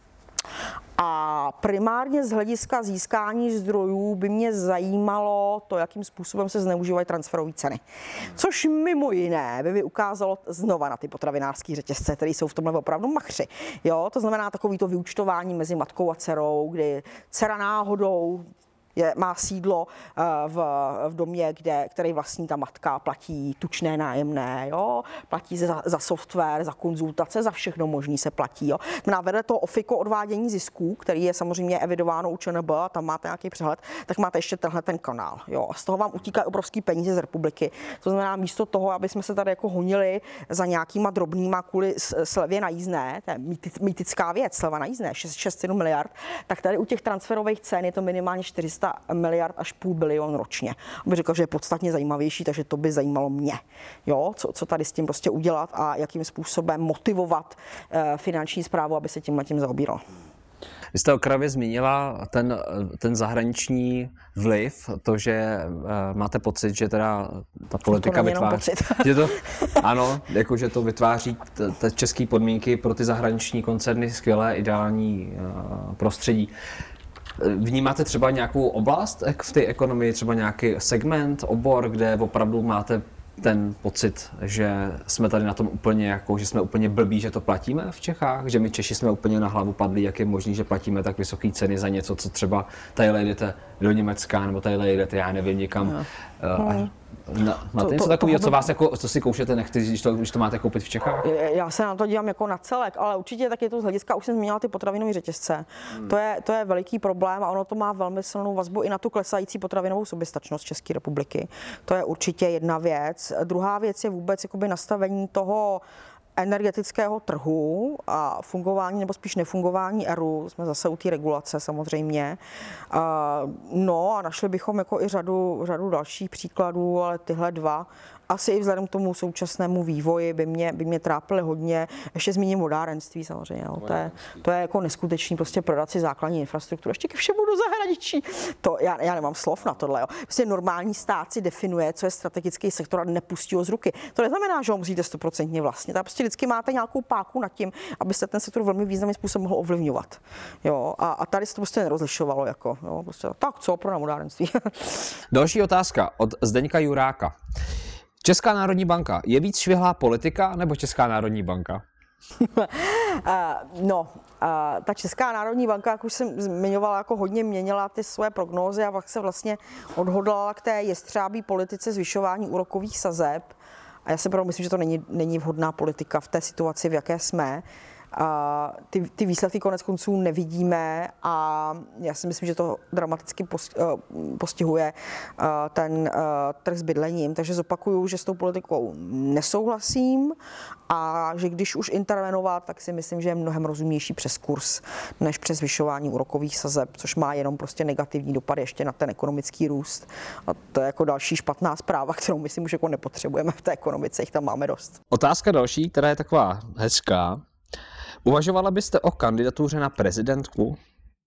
A primárně z hlediska získání zdrojů by mě zajímalo to, jakým způsobem se zneužívají transferové ceny. Což mimo jiné by mi ukázalo znova na ty potravinářské řetězce, které jsou v tomhle opravdu machři. Jo, to znamená takový to vyúčtování mezi matkou a dcerou, kdy dcera náhodou má sídlo v domě, který vlastní ta matka, platí tučné nájemné, jo? Platí za software, za konzultace, za všechno možný se platí. Jo? Vedle toho ofiko odvádění zisků, který je samozřejmě evidováno u ČNB, a tam máte nějaký přehled, tak máte ještě tenhle ten kanál. Jo? A z toho vám utíkají obrovský peníze z republiky. To znamená, místo toho, aby jsme se tady jako honili za nějakýma drobnýma kvůli slevě na jízdné, to je mýtická věc, sleva na jízdné, 6-7 miliard, tak tady u těch transferových cen je to minimálně 400 miliard až půl bilion ročně. Bych řekl, že je podstatně zajímavější, takže to by zajímalo mě. Jo, co tady s tím prostě udělat a jakým způsobem motivovat finanční správu, aby se tímhletím zaobírala. Vy jste okrajově zmínila ten zahraniční vliv, to, že máte pocit, že teda ta politika vytváří. Ano, jakože to vytváří české podmínky pro ty zahraniční koncerny, skvělé, ideální prostředí. Vnímáte třeba nějakou oblast v té ekonomii, třeba nějaký segment, obor, kde opravdu máte ten pocit, že jsme tady na tom úplně jako, že jsme úplně blbí, že to platíme v Čechách, že my Češi jsme úplně na hlavu padli, jak je možný, že platíme tak vysoké ceny za něco, co třeba tady jdete do Německa, nebo tady jdete, já nevím, někam. Máte něco takového, co vás jako, co si koušete nechty, když to máte koupit v Čechách? Já se na to dívám jako na celek, ale určitě tak je to z hlediska, už jsem zmínila ty potravinové řetězce. To je veliký problém a ono to má velmi silnou vazbu i na tu klesající potravinovou soběstačnost České republiky. To je určitě jedna věc. Druhá věc je vůbec jakoby nastavení toho energetického trhu a fungování nebo spíš nefungování ERU, jsme zase u té regulace samozřejmě. No a našli bychom jako i řadu dalších příkladů, ale tyhle dva asi i vzhledem k tomu současnému vývoji by mě trápily hodně. Ještě zmíním vodárenství samozřejmě. No. To je jako neskutečný prostě prodat si základní infrastrukturu. Ještě ke všemu do zahraničí. To, já nemám slov na tohle. Jo. Prostě normální stát si definuje, co je strategický sektor a nepustí ho z ruky. To neznamená, že ho musíte 100% vlastnit. Tam prostě vždycky máte nějakou páku nad tím, abyste ten sektor velmi významným způsobem mohl ovlivňovat. Jo. A tady se to prostě nerozlišovalo. Jako, jo. Prostě, tak co pro vodárenství. Další otázka od Zdeňka Juráka. Česká národní banka je víc švihlá politika nebo Česká národní banka? Ta Česká národní banka, jak už jsem zmiňovala, jako hodně měnila ty své prognózy a pak se vlastně odhodlala k té jestřábí politice zvyšování úrokových sazeb. A já si myslím, že to není vhodná politika v té situaci, v jaké jsme. ty výsledky konec konců nevidíme a já si myslím, že to dramaticky postihuje ten trh s bydlením. Takže zopakuju, že s tou politikou nesouhlasím a že když už intervenovat, tak si myslím, že je mnohem rozumnější přes kurz, než přes zvyšování úrokových sazeb, což má jenom prostě negativní dopad ještě na ten ekonomický růst. A to je jako další špatná zpráva, kterou myslím, že jako nepotřebujeme v té ekonomice, jich tam máme dost. Otázka další, která je taková hezká. Uvažovala byste o kandidatuře na prezidentku?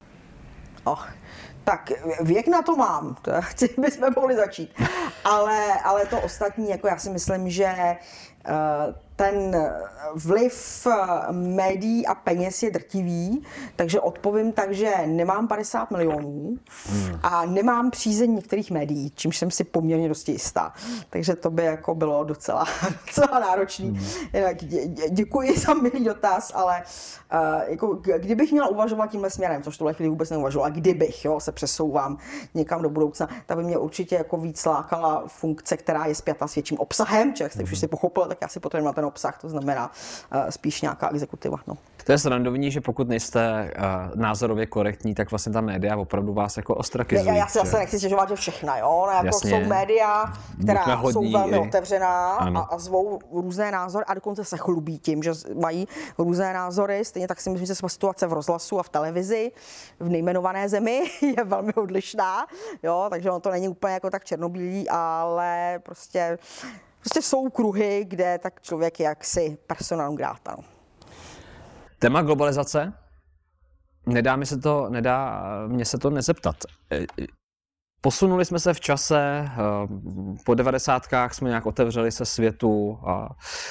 Tak věk na to mám, to bychom mohli začít. Ale to ostatní, jako já si myslím, že ten vliv médií a peněz je drtivý, takže odpovím tak, že nemám 50 milionů a nemám přízeň některých médií, čímž jsem si poměrně dosti jistá. Takže to by jako bylo docela náročný. Děkuji za milý dotaz, ale jako, kdybych měla uvažovat tímhle směrem, což tohle chvíli vůbec neuvažovala, a kdybych se přesouvám někam do budoucna, tak by mě určitě jako víc lákala funkce, která je spjata s větším obsahem, člověk jste už si pochopil, tak já si potom na ten obsah, to znamená spíš nějaká exekutiva. No. To je srandovní, že pokud nejste názorově korektní, tak vlastně ta média opravdu vás jako ostrakizují. Já si zase nechci stěžovat, že všechna, jo? No, jako jsou média, která jsou velmi otevřená a zvou různé názory a dokonce se chlubí tím, že mají různé názory. Stejně tak si myslím, že situace v rozhlasu a v televizi v nejmenované zemi je velmi odlišná, jo? Takže ono to není úplně jako tak černobílý, ale prostě jsou kruhy, kde tak člověk je jaksi persona non grata. No. Téma globalizace? Nedá mě se to nezeptat. Posunuli jsme se v čase, po 90kách jsme nějak otevřeli se světu a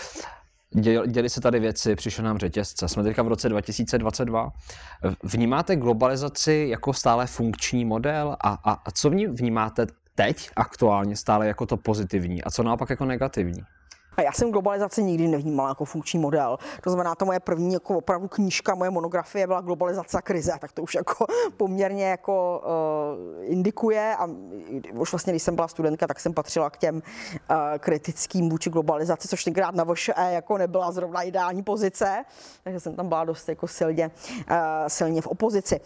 děly se tady věci, přišel nám řetězce. Jsme teďka v roce 2022. Vnímáte globalizaci jako stále funkční model a co vnímáte teď aktuálně stále jako to pozitivní a co naopak jako negativní? A já jsem globalizaci nikdy nevnímala jako funkční model. To znamená, to moje první jako opravdu knížka, moje monografie byla Globalizace a krize, tak to už jako poměrně jako indikuje a už vlastně, když jsem byla studentka, tak jsem patřila k těm kritickým vůči globalizaci, což tenkrát na VŠE jako nebyla zrovna ideální pozice, takže jsem tam byla dost jako silně v opozici.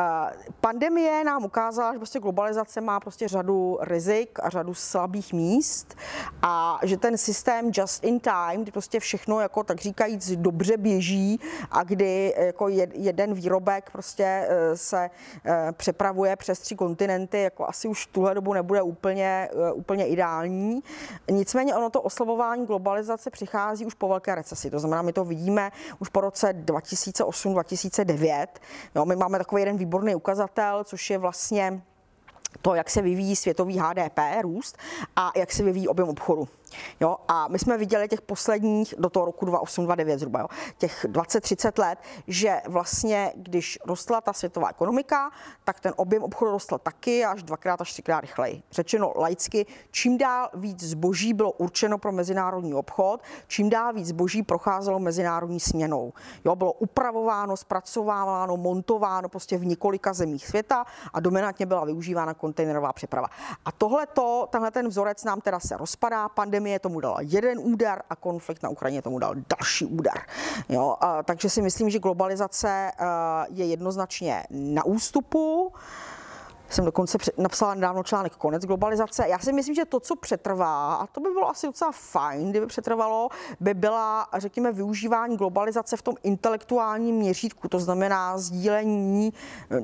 Pandemie nám ukázala, že prostě globalizace má prostě řadu rizik a řadu slabých míst a že ten systém just in time, kdy prostě všechno jako tak říkajíc dobře běží a kdy jako jeden výrobek prostě se přepravuje přes 3 kontinenty, jako asi už v tuhle dobu nebude úplně ideální. Nicméně ono to oslabování globalizace přichází už po velké recesi. To znamená, my to vidíme už po roce 2008-2009. Jo, my máme takový jeden výborný ukazatel, což je vlastně to, jak se vyvíjí světový HDP růst a jak se vyvíjí objem obchodu. Jo, a my jsme viděli těch posledních, do toho roku 2008-2009 zhruba, jo, těch 20-30 let, že vlastně, když rostla ta světová ekonomika, tak ten objem obchodu rostl taky až 2x až 3x rychleji. Řečeno laicky, čím dál víc zboží bylo určeno pro mezinárodní obchod, čím dál víc zboží procházelo mezinárodní směnou. Jo, bylo upravováno, zpracováváno, montováno prostě v několika zemích světa a dominantně byla využívána kontejnerová přeprava. A tenhle ten vzorec nám teda se rozpadá, pandemie tomu dala jeden úder a konflikt na Ukrajině tomu dal další úder. Jo, takže si myslím, že globalizace je jednoznačně na ústupu. Jsem dokonce napsala nedávno článek Konec globalizace. Já si myslím, že to, co přetrvá, a to by bylo asi docela fajn, kdyby přetrvalo, by byla, řekněme, využívání globalizace v tom intelektuálním měřítku, to znamená sdílení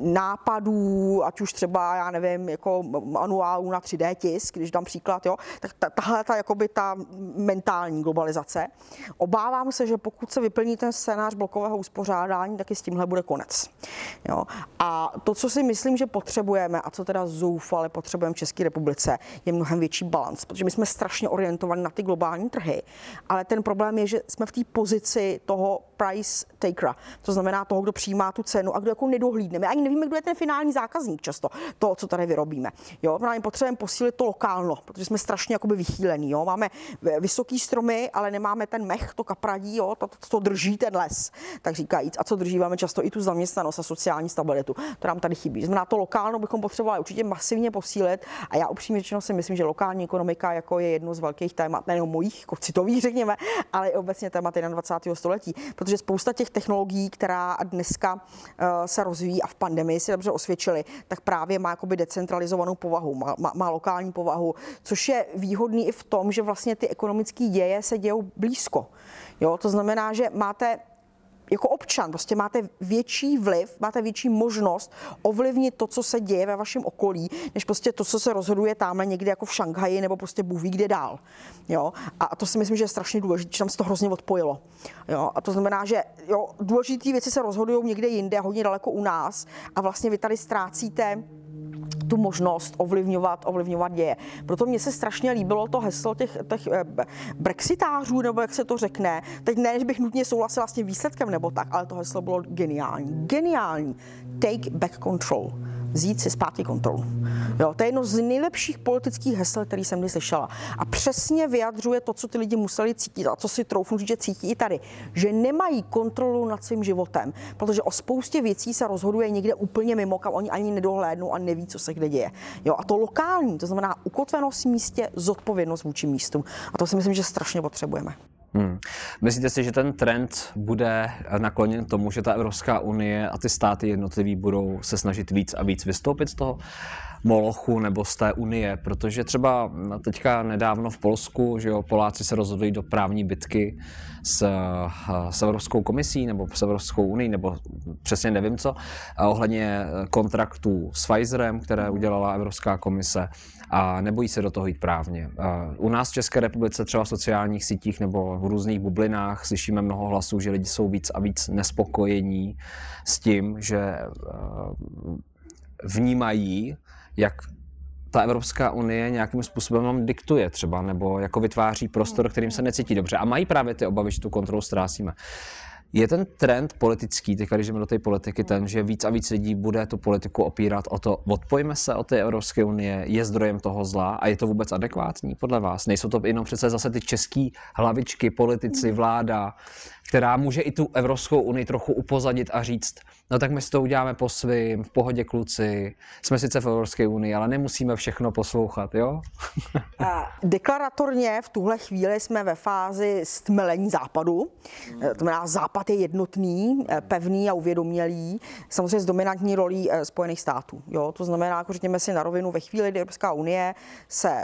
nápadů, ať už třeba, já nevím, jako manuálů na 3D tisk, když dám příklad, jo, tak tahle ta mentální globalizace. Obávám se, že pokud se vyplní ten scénář blokového uspořádání, tak i s tímhle bude konec. Jo. A to, co si myslím, že potřebujeme, a co teda zoufale potřebujeme v České republice, je mnohem větší balans, protože my jsme strašně orientovaní na ty globální trhy, ale ten problém je, že jsme v té pozici toho price takera, to znamená toho, kdo přijímá tu cenu a kdo jako nedohlídne. My ani nevíme, kdo je ten finální zákazník často, to, co tady vyrobíme. Jo, my potřebujeme posílit to lokálno, protože jsme strašně jakoby vychýlení. Jo. Máme vysoký stromy, ale nemáme ten mech, to kapradí, jo, to drží ten les, tak říkajíc. A co drží, máme často i tu zaměstnanost a sociální stabilitu. To nám tady chybí. Znamená, to lokálno bychom bychom potřebovali určitě masivně posílit a já upřímně řečeno si myslím, že lokální ekonomika jako je jedno z velkých témat, nejenom mojich, jako citových řekněme, ale i obecně témat 21. století, protože spousta těch technologií, která dneska se rozvíjí a v pandemii si dobře osvědčily, tak právě má jakoby decentralizovanou povahu, má lokální povahu, což je výhodný i v tom, že vlastně ty ekonomické děje se dějou blízko. Jo, to znamená, že máte jako občan prostě máte větší vliv, máte větší možnost ovlivnit to, co se děje ve vašem okolí, než prostě to, co se rozhoduje tamhle někde jako v Šanghaji nebo prostě Bůh ví kde dál. Jo? A to si myslím, že je strašně důležité, že tam se to hrozně odpojilo. Jo? A to znamená, že důležité věci se rozhodují někde jinde, hodně daleko u nás a vlastně vy tady ztrácíte tu možnost ovlivňovat děje. Proto mně se strašně líbilo to heslo těch brexitářů, nebo jak se to řekne. Teď ne, že bych nutně souhlasila s tím výsledkem nebo tak, ale to heslo bylo geniální. Geniální. Take back control. Vzít si zpátky kontrolu. Jo, to je jedno z nejlepších politických hesel, který jsem kdy slyšela. A přesně vyjadřuje to, co ty lidi museli cítit a co si troufnu říct, že cítí i tady. Že nemají kontrolu nad svým životem, protože o spoustě věcí se rozhoduje někde úplně mimo, kam oni ani nedohlédnou a neví, co se kde děje. Jo, a to lokální, to znamená ukotvenost v místě, zodpovědnost vůči místům. A to si myslím, že strašně potřebujeme. Myslíte si, že ten trend bude nakloněn tomu, že ta Evropská unie a ty státy jednotlivý budou se snažit víc a víc vystoupit z toho molochu nebo z té unie, protože třeba teďka nedávno v Polsku, že jo, Poláci se rozhodují do právní bitky s Evropskou komisí nebo s Evropskou unii, nebo přesně nevím co, ohledně kontraktů s Pfizerem, které udělala Evropská komise a nebojí se do toho jít právně. U nás v České republice třeba v sociálních sítích nebo v různých bublinách slyšíme mnoho hlasů, že lidi jsou víc a víc nespokojení s tím, že vnímají, jak ta Evropská unie nějakým způsobem nám diktuje třeba, nebo jako vytváří prostor, kterým se necítí dobře. A mají právě ty obavy, že tu kontrolu ztrácíme. Je ten trend politický, teď když jdeme do té politiky, ten, že víc a víc lidí bude tu politiku opírat o to, odpojme se od té Evropské unie, je zdrojem toho zla a je to vůbec adekvátní podle vás? Nejsou to jenom přece zase ty český hlavičky, politici, vláda, která může i tu Evropskou unii trochu upozadit a říct, no tak my si to uděláme po svým, v pohodě kluci, jsme sice v Evropské unii, ale nemusíme všechno poslouchat, jo? Deklaratorně v tuhle chvíli jsme ve fázi stmelení západu. To znamená, západ je jednotný, pevný a uvědomělý, samozřejmě s dominantní rolí Spojených států. Jo? To znamená, jako řekněme si na rovinu, ve chvíli, kdy Evropská unie se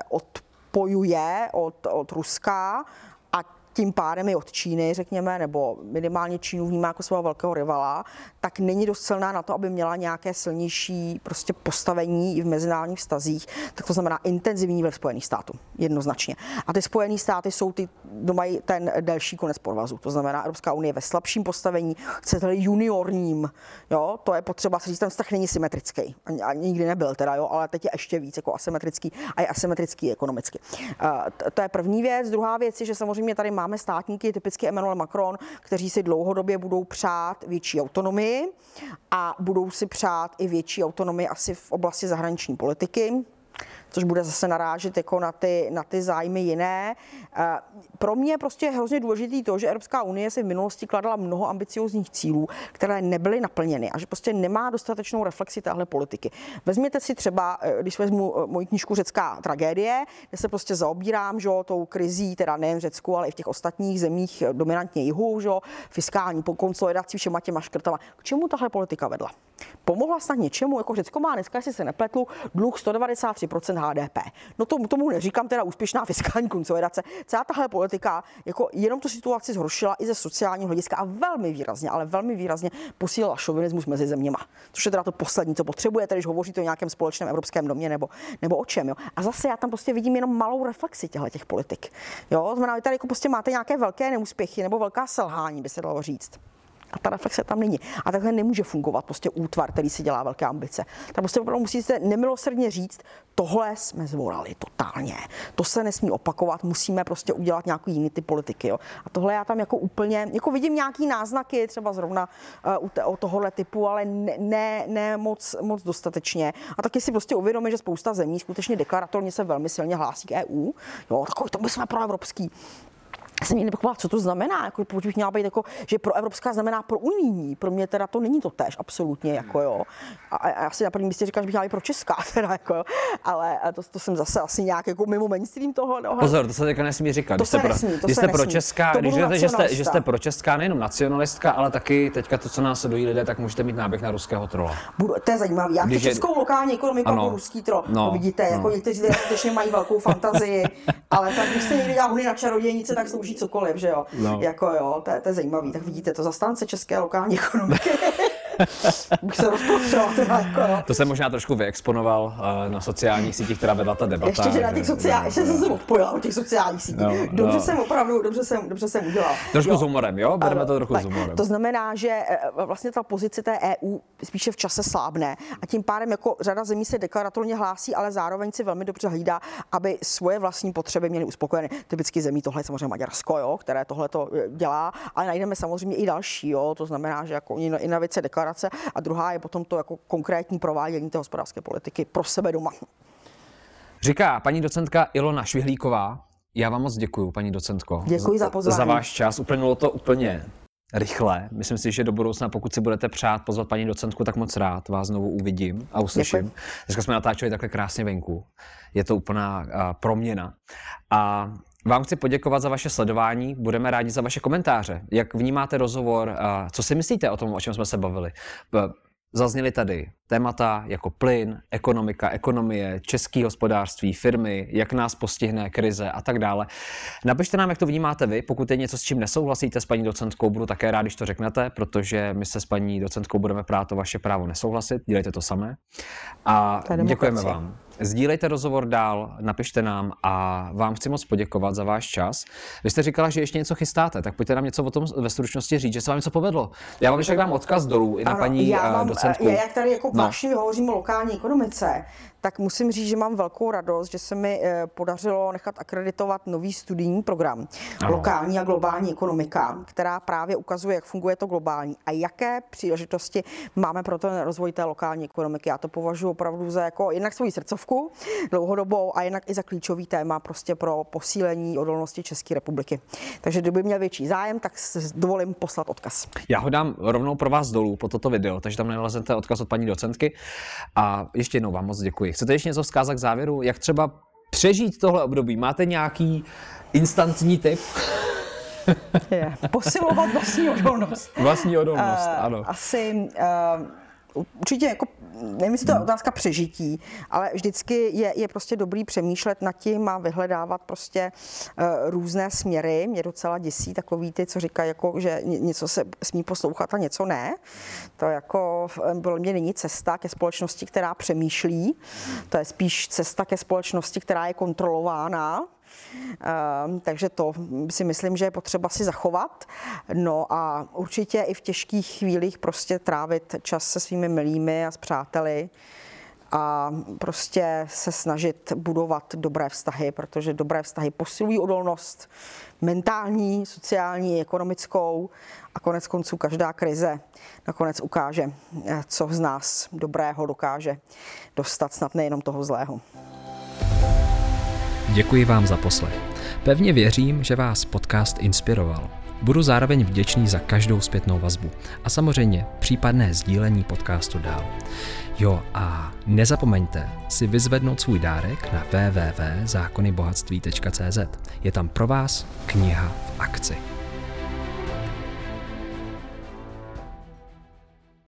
odpojuje od Ruska a tím pádem i od Číny, řekněme, nebo minimálně Čínu vnímá jako svého velkého rivala, tak není dost silná na to, aby měla nějaké silnější prostě postavení i v mezinárodních vztazích, tak to znamená intenzivní vliv Spojených států, jednoznačně. A ty Spojené státy jsou mají ten delší konec podvazu, to znamená Evropská unie ve slabším postavení, chcete-li juniorním, jo, to je potřeba si říct, ten vztah není symetrický, a nikdy nebyl teda, jo, ale teď je ještě víc jako asymetrický a je asymetrický ekonomicky. To je první věc. Druhá věc je, že samozřejmě tady máme státníky, typicky Emmanuel Macron, kteří si dlouhodobě budou přát větší autonomii a budou si přát i větší autonomii asi v oblasti zahraniční politiky, což bude zase narážet jako na ty zájmy jiné. Pro mě prostě je hrozně důležitý to, že Evropská unie si v minulosti kladla mnoho ambiciózních cílů, které nebyly naplněny a že prostě nemá dostatečnou reflexi téhle politiky. Vezměte si třeba, když vezmu moji knížku Řecká tragédie, kde se prostě zaobírám, že tou krizí, teda nejen v Řecku, ale i v těch ostatních zemích, dominantně jihu, že fiskální konsolidací, všema těma škrtama. K čemu tahle politika vedla? Pomohla snad něčemu, jako Řecko má dneska, jestli se nepletlu, dluh 193% HDP. No tomu neříkám teda úspěšná fiskální konsolidace. Celá tahle politika jako jenom tu situaci zhoršila i ze sociálního hlediska a velmi výrazně, ale velmi výrazně posílila šovinismus mezi zeměma. Což je teda to poslední, co potřebujete, když hovoříte o nějakém společném evropském domě nebo o čem. Jo. A zase já tam prostě vidím jenom malou reflexi těch politik. Jo, to znamená, vy tady jako prostě máte nějaké velké neúspěchy nebo velká selhání, by se dalo říct. A ta reflexe tam není. A takhle nemůže fungovat prostě útvar, který si dělá velké ambice. Tak prostě opravdu musíte nemilosrdně říct, tohle jsme zvorali totálně. To se nesmí opakovat, musíme prostě udělat nějaký jiný typ politiky. Jo. A tohle já tam jako úplně, jako vidím nějaký náznaky třeba zrovna o tohohle typu, ale ne moc dostatečně. A taky si prostě uvědomím, že spousta zemí skutečně deklaratorně se velmi silně hlásí k EU. Jo, takový to my jsme proevropský. jsem nikdy nepochopila, co to znamená, jako pokud bych měla být jako, že pro evropská znamená pro unijní, pro mě teda to není to též, absolutně, jako jo. A já si na prvním místě říkám, že bych měla být pro česká, teda, jako jo. Ale to jsem zase asi nějak jako mimo mainstream toho. Pozor, to se teďka nesmí říkat. To se nesmí. Když jste pro česká, když říkáte, že jste pro česká, nejenom nacionalistka, ale taky teďka to, co nás sledují lidé, tak můžete mít náběh na ruského trola. To je zajímavé. Já chci českou lokální ekonomiku jako ruský troll. No, vidíte, jako někteří lidé skutečně mají velkou fantazii, ale tak když se někdy dělá hony na čarodějnice, tak slouží cokoliv, že jo. No. Jako jo, to je zajímavý. Tak vidíte, to zastánce české lokální ekonomiky. Bych se rozprostřela teda, jako. To jsem možná trošku vyexponoval na sociálních sítích, která vedla ta debata. Ještě, že na těch ještě jsem se odpojila od těch sociálních sítích. Dobře jsem udělal. Trošku s humorem, jo? Bereme to trochu s humorem. To znamená, že vlastně ta pozice té EU spíše v čase slábne a tím pádem jako řada zemí se deklaratorně hlásí, ale zároveň si velmi dobře hlídá, aby svoje vlastní potřeby měly uspokojeny. Typicky zemí tohle je samozřejmě Maďarsko, jo, které tohle to dělá, ale najdeme samozřejmě i další, jo. To znamená, že jako jedna věc je deklarace a druhá je potom to jako konkrétní provádění té hospodářské politiky pro sebe doma. Říká paní docentka Ilona Švihlíková. Já vám moc děkuju, paní docentko. Děkuji za pozvání. Za váš čas. Uplynulo to úplně rychle. Myslím si, že do budoucna, pokud si budete přát pozvat paní docentku, tak moc rád vás znovu uvidím a uslyším. Děkuji. Dneska jsme natáčeli takhle krásně venku. Je to úplná proměna. A vám chci poděkovat za vaše sledování, budeme rádi za vaše komentáře. Jak vnímáte rozhovor, co si myslíte o tom, o čem jsme se bavili? Zazněly tady témata jako plyn, ekonomika, ekonomie, české hospodářství, firmy, jak nás postihne krize a tak dále. Napište nám, jak to vnímáte vy, pokud je něco, s čím nesouhlasíte s paní docentkou, budu také rád, když to řeknete, protože my se s paní docentkou budeme prát o vaše právo nesouhlasit, dělejte to samé. A děkujeme vám. Sdílejte rozhovor dál, napište nám a vám chci moc poděkovat za váš čas. Vy jste říkala, že ještě něco chystáte, tak pojďte nám něco o tom ve stručnosti říct, že se vám něco povedlo. Já vám ještě dám odkaz dolů i na paní docentku. Jak tady jako vášnivě hovořím o lokální ekonomice, tak musím říct, že mám velkou radost, že se mi podařilo nechat akreditovat nový studijní program Lokální a globální ekonomika, která právě ukazuje, jak funguje to globální a jaké příležitosti máme pro ten rozvoj té lokální ekonomiky. Já to považuji opravdu za jako jednak svou srdcovku dlouhodobou a jednak i za klíčový téma prostě pro posílení odolnosti České republiky. Takže kdyby měl větší zájem, tak dovolím poslat odkaz. Já ho dám rovnou pro vás dolů po toto video, takže tam naleznete odkaz od paní docentky a ještě jednou vám moc děkuji. Chcete ještě něco vzkázat k závěru? Jak třeba přežít tohle období? Máte nějaký instantní tip? Posilovat vlastní odolnost. Vlastní odolnost, ano. Asi určitě jako, nevím, jestli to je otázka přežití, ale vždycky je prostě dobrý přemýšlet nad tím a vyhledávat prostě různé směry. Mě docela děsí takový ty, co říkají, jako, že něco se smí poslouchat a něco ne. To jako pro mě není cesta ke společnosti, která přemýšlí. To je spíš cesta ke společnosti, která je kontrolována. Takže to si myslím, že je potřeba si zachovat. No a určitě i v těžkých chvílích prostě trávit čas se svými milými a s přáteli a prostě se snažit budovat dobré vztahy, protože dobré vztahy posilují odolnost mentální, sociální, ekonomickou a konec konců každá krize nakonec ukáže, co z nás dobrého dokáže dostat, snad nejenom toho zlého. Děkuji vám za poslech. Pevně věřím, že vás podcast inspiroval. Budu zároveň vděčný za každou zpětnou vazbu a samozřejmě případné sdílení podcastu dál. Jo a nezapomeňte si vyzvednout svůj dárek na www.zákonybohatství.cz. Je tam pro vás kniha v akci.